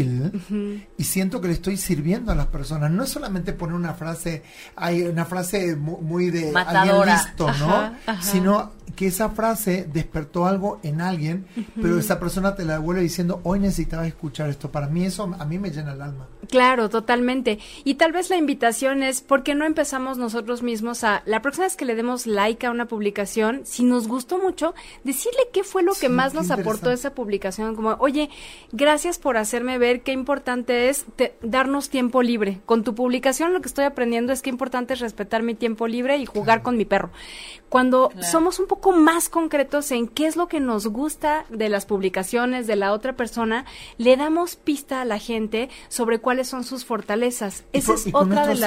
útil y siento que le estoy sirviendo a las personas, no es solamente poner una frase, hay una frase muy de matadora, alguien listo, ¿no? Sino que esa frase despertó algo en alguien, pero esa persona te la devuelve diciendo, hoy necesitaba escuchar esto, para mí eso, a mí me llena el alma. Claro, totalmente. Y tal vez la invitación es, ¿por qué no empezamos nosotros mismos a, la próxima vez que le demos like a una publicación, si nos gustó mucho, decirle qué fue lo que más nos aportó esa publicación? Como, oye, gracias por hacerme ver qué importante es darnos tiempo libre. Con tu publicación lo que estoy aprendiendo es qué importante es respetar mi tiempo libre y jugar con mi perro. Cuando somos un poco más concretos en qué es lo que nos gusta de las publicaciones de la otra persona, le damos pista a la gente sobre cuáles son sus fortalezas. Esa es otra de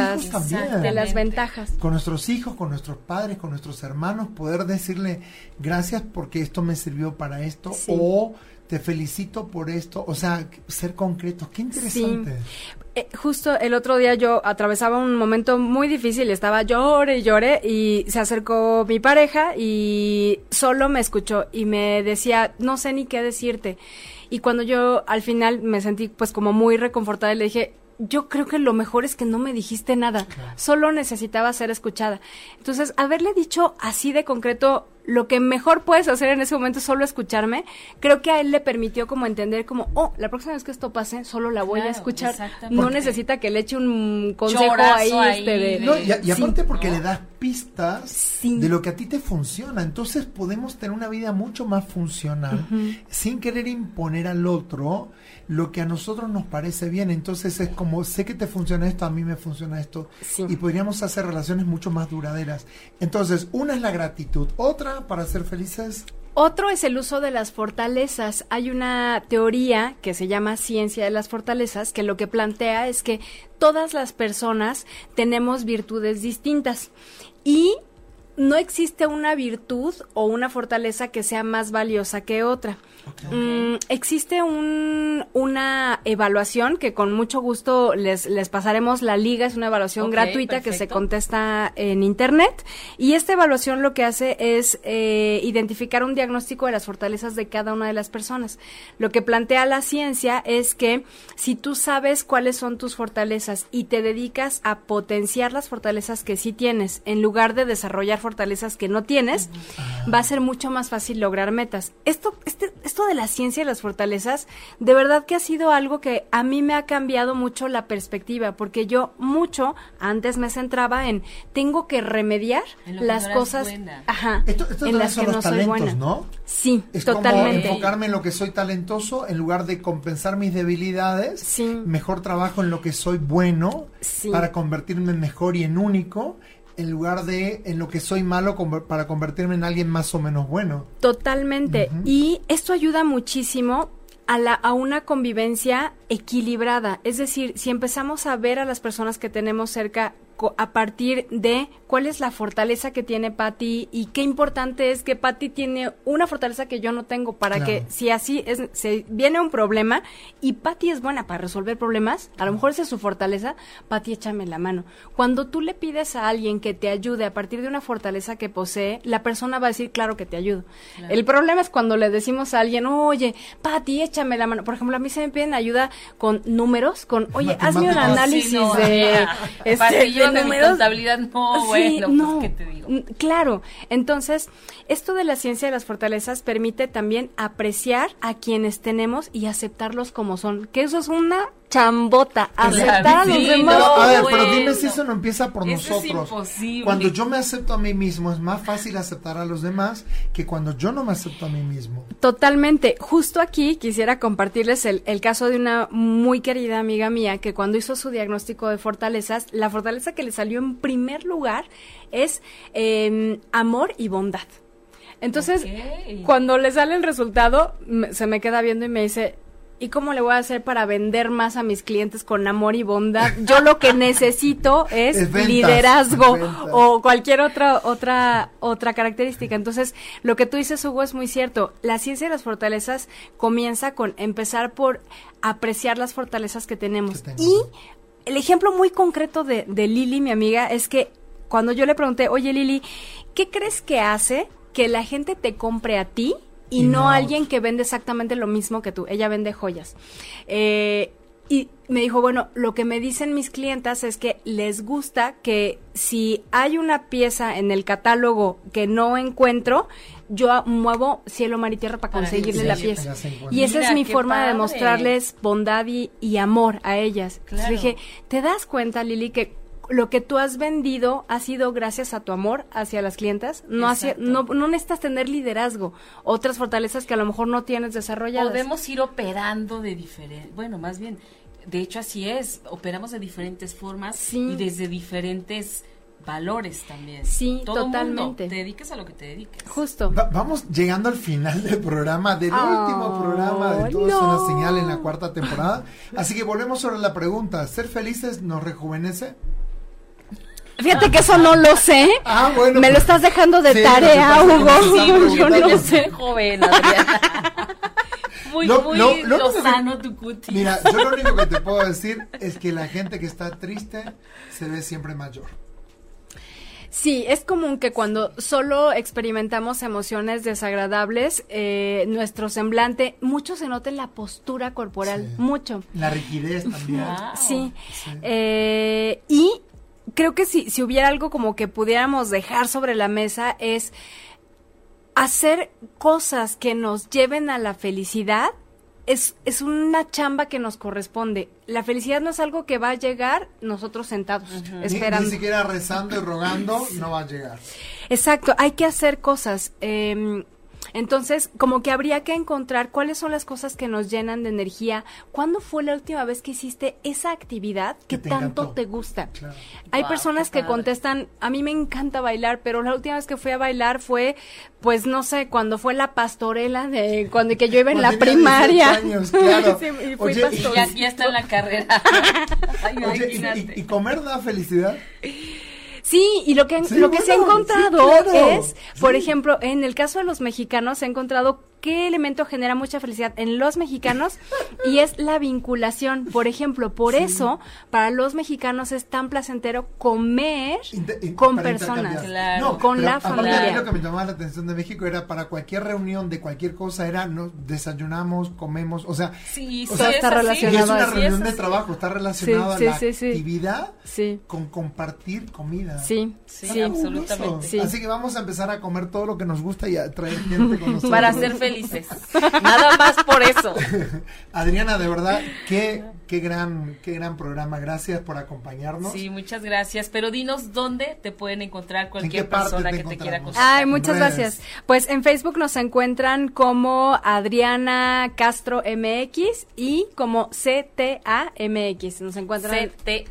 las ventajas. Con nuestros hijos, con nuestros padres, con nuestros hermanos, poder decirle gracias porque esto me sirvió para esto, o te felicito por esto, o sea, ser concretos. Qué interesante. Sí. Justo el otro día yo atravesaba un momento muy difícil, estaba llore y se acercó mi pareja y solo me escuchó y me decía, no sé ni qué decirte. Y cuando yo al final me sentí pues como muy reconfortada y le dije, yo creo que lo mejor es que no me dijiste nada, solo necesitaba ser escuchada. Entonces, haberle dicho así de concreto, lo que mejor puedes hacer en ese momento es solo escucharme, creo que a él le permitió como entender como, la próxima vez que esto pase, solo la voy a escuchar. No necesita que le eche un consejo ahí. Y aparte porque le das pistas de lo que a ti te funciona. Entonces podemos tener una vida mucho más funcional sin querer imponer al otro lo que a nosotros nos parece bien. Entonces es como, sé que te funciona esto, a mí me funciona esto. Y podríamos hacer relaciones mucho más duraderas. Entonces, una es la gratitud. Otra, para ser felices. Otro es el uso de las fortalezas. Hay una teoría que se llama ciencia de las fortalezas, que lo que plantea es que todas las personas tenemos virtudes distintas y no existe una virtud o una fortaleza que sea más valiosa que otra. Existe una evaluación que con mucho gusto les pasaremos la liga, es una evaluación gratuita que se contesta en internet, y esta evaluación lo que hace es identificar un diagnóstico de las fortalezas de cada una de las personas. Lo que plantea la ciencia es que si tú sabes cuáles son tus fortalezas y te dedicas a potenciar las fortalezas que sí tienes, en lugar de desarrollar fortalezas que no tienes, va a ser mucho más fácil lograr metas. Esto de la ciencia y las fortalezas, de verdad que ha sido algo que a mí me ha cambiado mucho la perspectiva, porque yo mucho antes me centraba en tengo que remediar las cosas esto en las que no soy buena, ¿no? Sí, es totalmente. Como enfocarme en lo que soy talentoso en lugar de compensar mis debilidades. Mejor trabajo en lo que soy bueno para convertirme en mejor y en único, en lugar de en lo que soy malo para convertirme en alguien más o menos bueno. Totalmente. Y esto ayuda muchísimo a una convivencia equilibrada. Es decir, si empezamos a ver a las personas que tenemos cerca a partir de cuál es la fortaleza que tiene Pati y qué importante es que Pati tiene una fortaleza que yo no tengo, para que si así se viene un problema y Pati es buena para resolver problemas, a lo mejor esa es su fortaleza, Pati, échame la mano. Cuando tú le pides a alguien que te ayude a partir de una fortaleza que posee, la persona va a decir, claro que te ayudo. El problema es cuando le decimos a alguien, oye, Pati, échame la mano. Por ejemplo, a mí se me piden ayuda con números, con, oye, hazme un análisis de números. Contabilidad ¿qué te digo? Claro, entonces esto de la ciencia de las fortalezas permite también apreciar a quienes tenemos y aceptarlos como son, que eso es una chambota, aceptar a los demás. Pero dime si eso no empieza por nosotros. Es imposible. Cuando yo me acepto a mí mismo, es más fácil aceptar a los demás que cuando yo no me acepto a mí mismo. Totalmente. Justo aquí quisiera compartirles el caso de una muy querida amiga mía que cuando hizo su diagnóstico de fortalezas, la fortaleza que le salió en primer lugar es amor y bondad. Entonces, cuando le sale el resultado, se me queda viendo y me dice, ¿y cómo le voy a hacer para vender más a mis clientes con amor y bondad? Yo lo que necesito es ventas, liderazgo o cualquier otra característica. Entonces, lo que tú dices, Hugo, es muy cierto. La ciencia de las fortalezas comienza con empezar por apreciar las fortalezas que tenemos. Y el ejemplo muy concreto de Lili, mi amiga, es que cuando yo le pregunté, oye Lili, ¿qué crees que hace que la gente te compre a ti y no a alguien que vende exactamente lo mismo que tú? Ella vende joyas. Y me dijo, bueno, lo que me dicen mis clientas es que les gusta que si hay una pieza en el catálogo que no encuentro, yo muevo cielo, mar y tierra para conseguirle la pieza. Y esa es mi forma de mostrarles bondad y amor a ellas. Claro. Entonces dije, ¿te das cuenta, Lili, que lo que tú has vendido ha sido gracias a tu amor hacia las clientas? No necesitas tener liderazgo, otras fortalezas que a lo mejor no tienes desarrolladas. Podemos ir operando de más bien, de hecho así es, operamos de diferentes formas y desde diferentes valores también. Sí, todo totalmente. Mundo, te dediques a lo que te dediques. Justo. Vamos llegando al final del programa, del último programa de Todo es una señal en la 4ª temporada. Así que volvemos sobre la pregunta, ¿ser felices nos rejuvenece? Fíjate que eso no lo sé. Bueno, me lo estás dejando de tarea, Hugo. Sí, yo no sé, joven, Adriana. Muy lozano tu cutis. Mira, yo lo único que te puedo decir es que la gente que está triste se ve siempre mayor. Sí, es común que cuando solo experimentamos emociones desagradables, nuestro semblante, mucho se nota en la postura corporal, mucho. La rigidez también. Wow. Sí. Y creo que si hubiera algo como que pudiéramos dejar sobre la mesa es hacer cosas que nos lleven a la felicidad. Es una chamba que nos corresponde. La felicidad no es algo que va a llegar nosotros sentados, esperando. Ni siquiera rezando y rogando no va a llegar. Exacto, hay que hacer cosas. Entonces, como que habría que encontrar cuáles son las cosas que nos llenan de energía. ¿Cuándo fue la última vez que hiciste esa actividad que tanto te gusta? Claro. Hay personas que contestan, a mí me encanta bailar, pero la última vez que fui a bailar fue, pues no sé, cuando fue la pastorela de cuando que yo iba en la primaria. Años, claro. Sí, y fui pastorela. Ya está en la carrera. ¿Y comer da felicidad? Sí, y lo que se ha encontrado es, por ejemplo, en el caso de los mexicanos, se ha encontrado qué elemento genera mucha felicidad en los mexicanos y es la vinculación. Por ejemplo, por eso, para los mexicanos es tan placentero comer con personas, con la familia. A mí lo que me llamaba la atención de México era para cualquier reunión de cualquier cosa, desayunamos, comemos, o sea, está relacionado. Y es una reunión de trabajo, está relacionado a la actividad con compartir comida. Sí, absolutamente. Sí. Así que vamos a empezar a comer todo lo que nos gusta y a traer gente con nosotros. Para ser felices. Nada más por eso. Adriana, de verdad, qué gran programa. Gracias por acompañarnos. Sí, muchas gracias. Pero dinos dónde te pueden encontrar cualquier persona que te quiera conocer. Ay, muchas gracias. Pues en Facebook nos encuentran como Adriana Castro MX y como CTAMX. Nos encuentran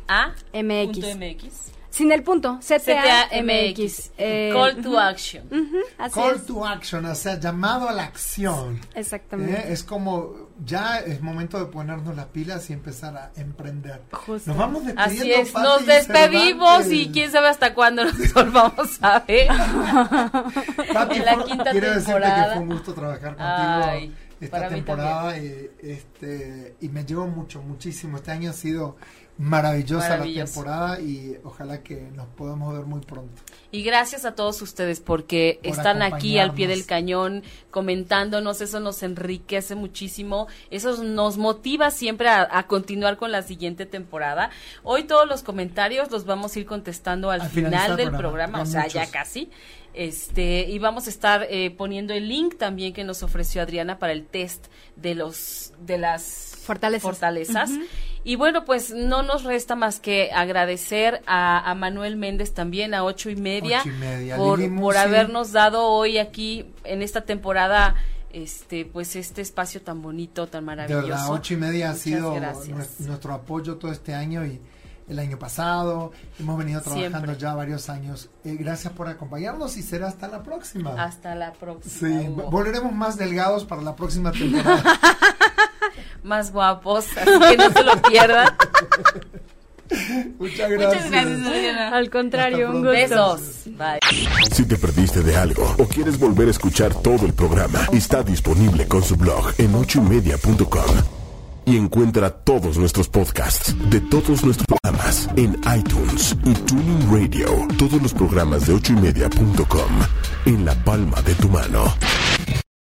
CTA.mx. Sin el punto, CTAMX. Call to action. Call to action, o sea, llamado a la acción. Exactamente. Es como, ya es momento de ponernos las pilas y empezar a emprender. Justo. Nos vamos despidiendo. Así es, nos despedimos y quién sabe hasta cuándo nos volvamos a ver. Pati, en la quinta quiero temporada. Decirte que fue un gusto trabajar contigo esta temporada y me llevo muchísimo. Este año ha sido maravillosa la temporada y ojalá que nos podamos ver muy pronto. Y gracias a todos ustedes porque están aquí al pie del cañón comentándonos, eso nos enriquece muchísimo, eso nos motiva siempre a continuar con la siguiente temporada. Hoy todos los comentarios los vamos a ir contestando al final del programa, o sea, ya casi. Y vamos a estar poniendo el link también que nos ofreció Adriana para el test de las fortalezas. Y bueno, pues no nos resta más que agradecer a Manuel Méndez también, a 8:30, por habernos dado hoy aquí en esta temporada pues este espacio tan bonito, tan maravilloso. De verdad, 8:30 ha sido gracias. nuestro apoyo todo este año y el año pasado, hemos venido trabajando ya varios años. Gracias por acompañarnos y será hasta la próxima. Hasta la próxima. Sí, volveremos más delgados para la próxima temporada. Más guapos, así que no se lo pierdan. Muchas gracias. Muchas gracias, Adriana. Al contrario, un gusto. Besos. Bye. Si te perdiste de algo o quieres volver a escuchar todo el programa, está disponible con su blog en 8ymedia.com. y encuentra todos nuestros podcasts de todos nuestros programas en iTunes y TuneIn Radio. Todos los programas de 8ymedia.com en la palma de tu mano.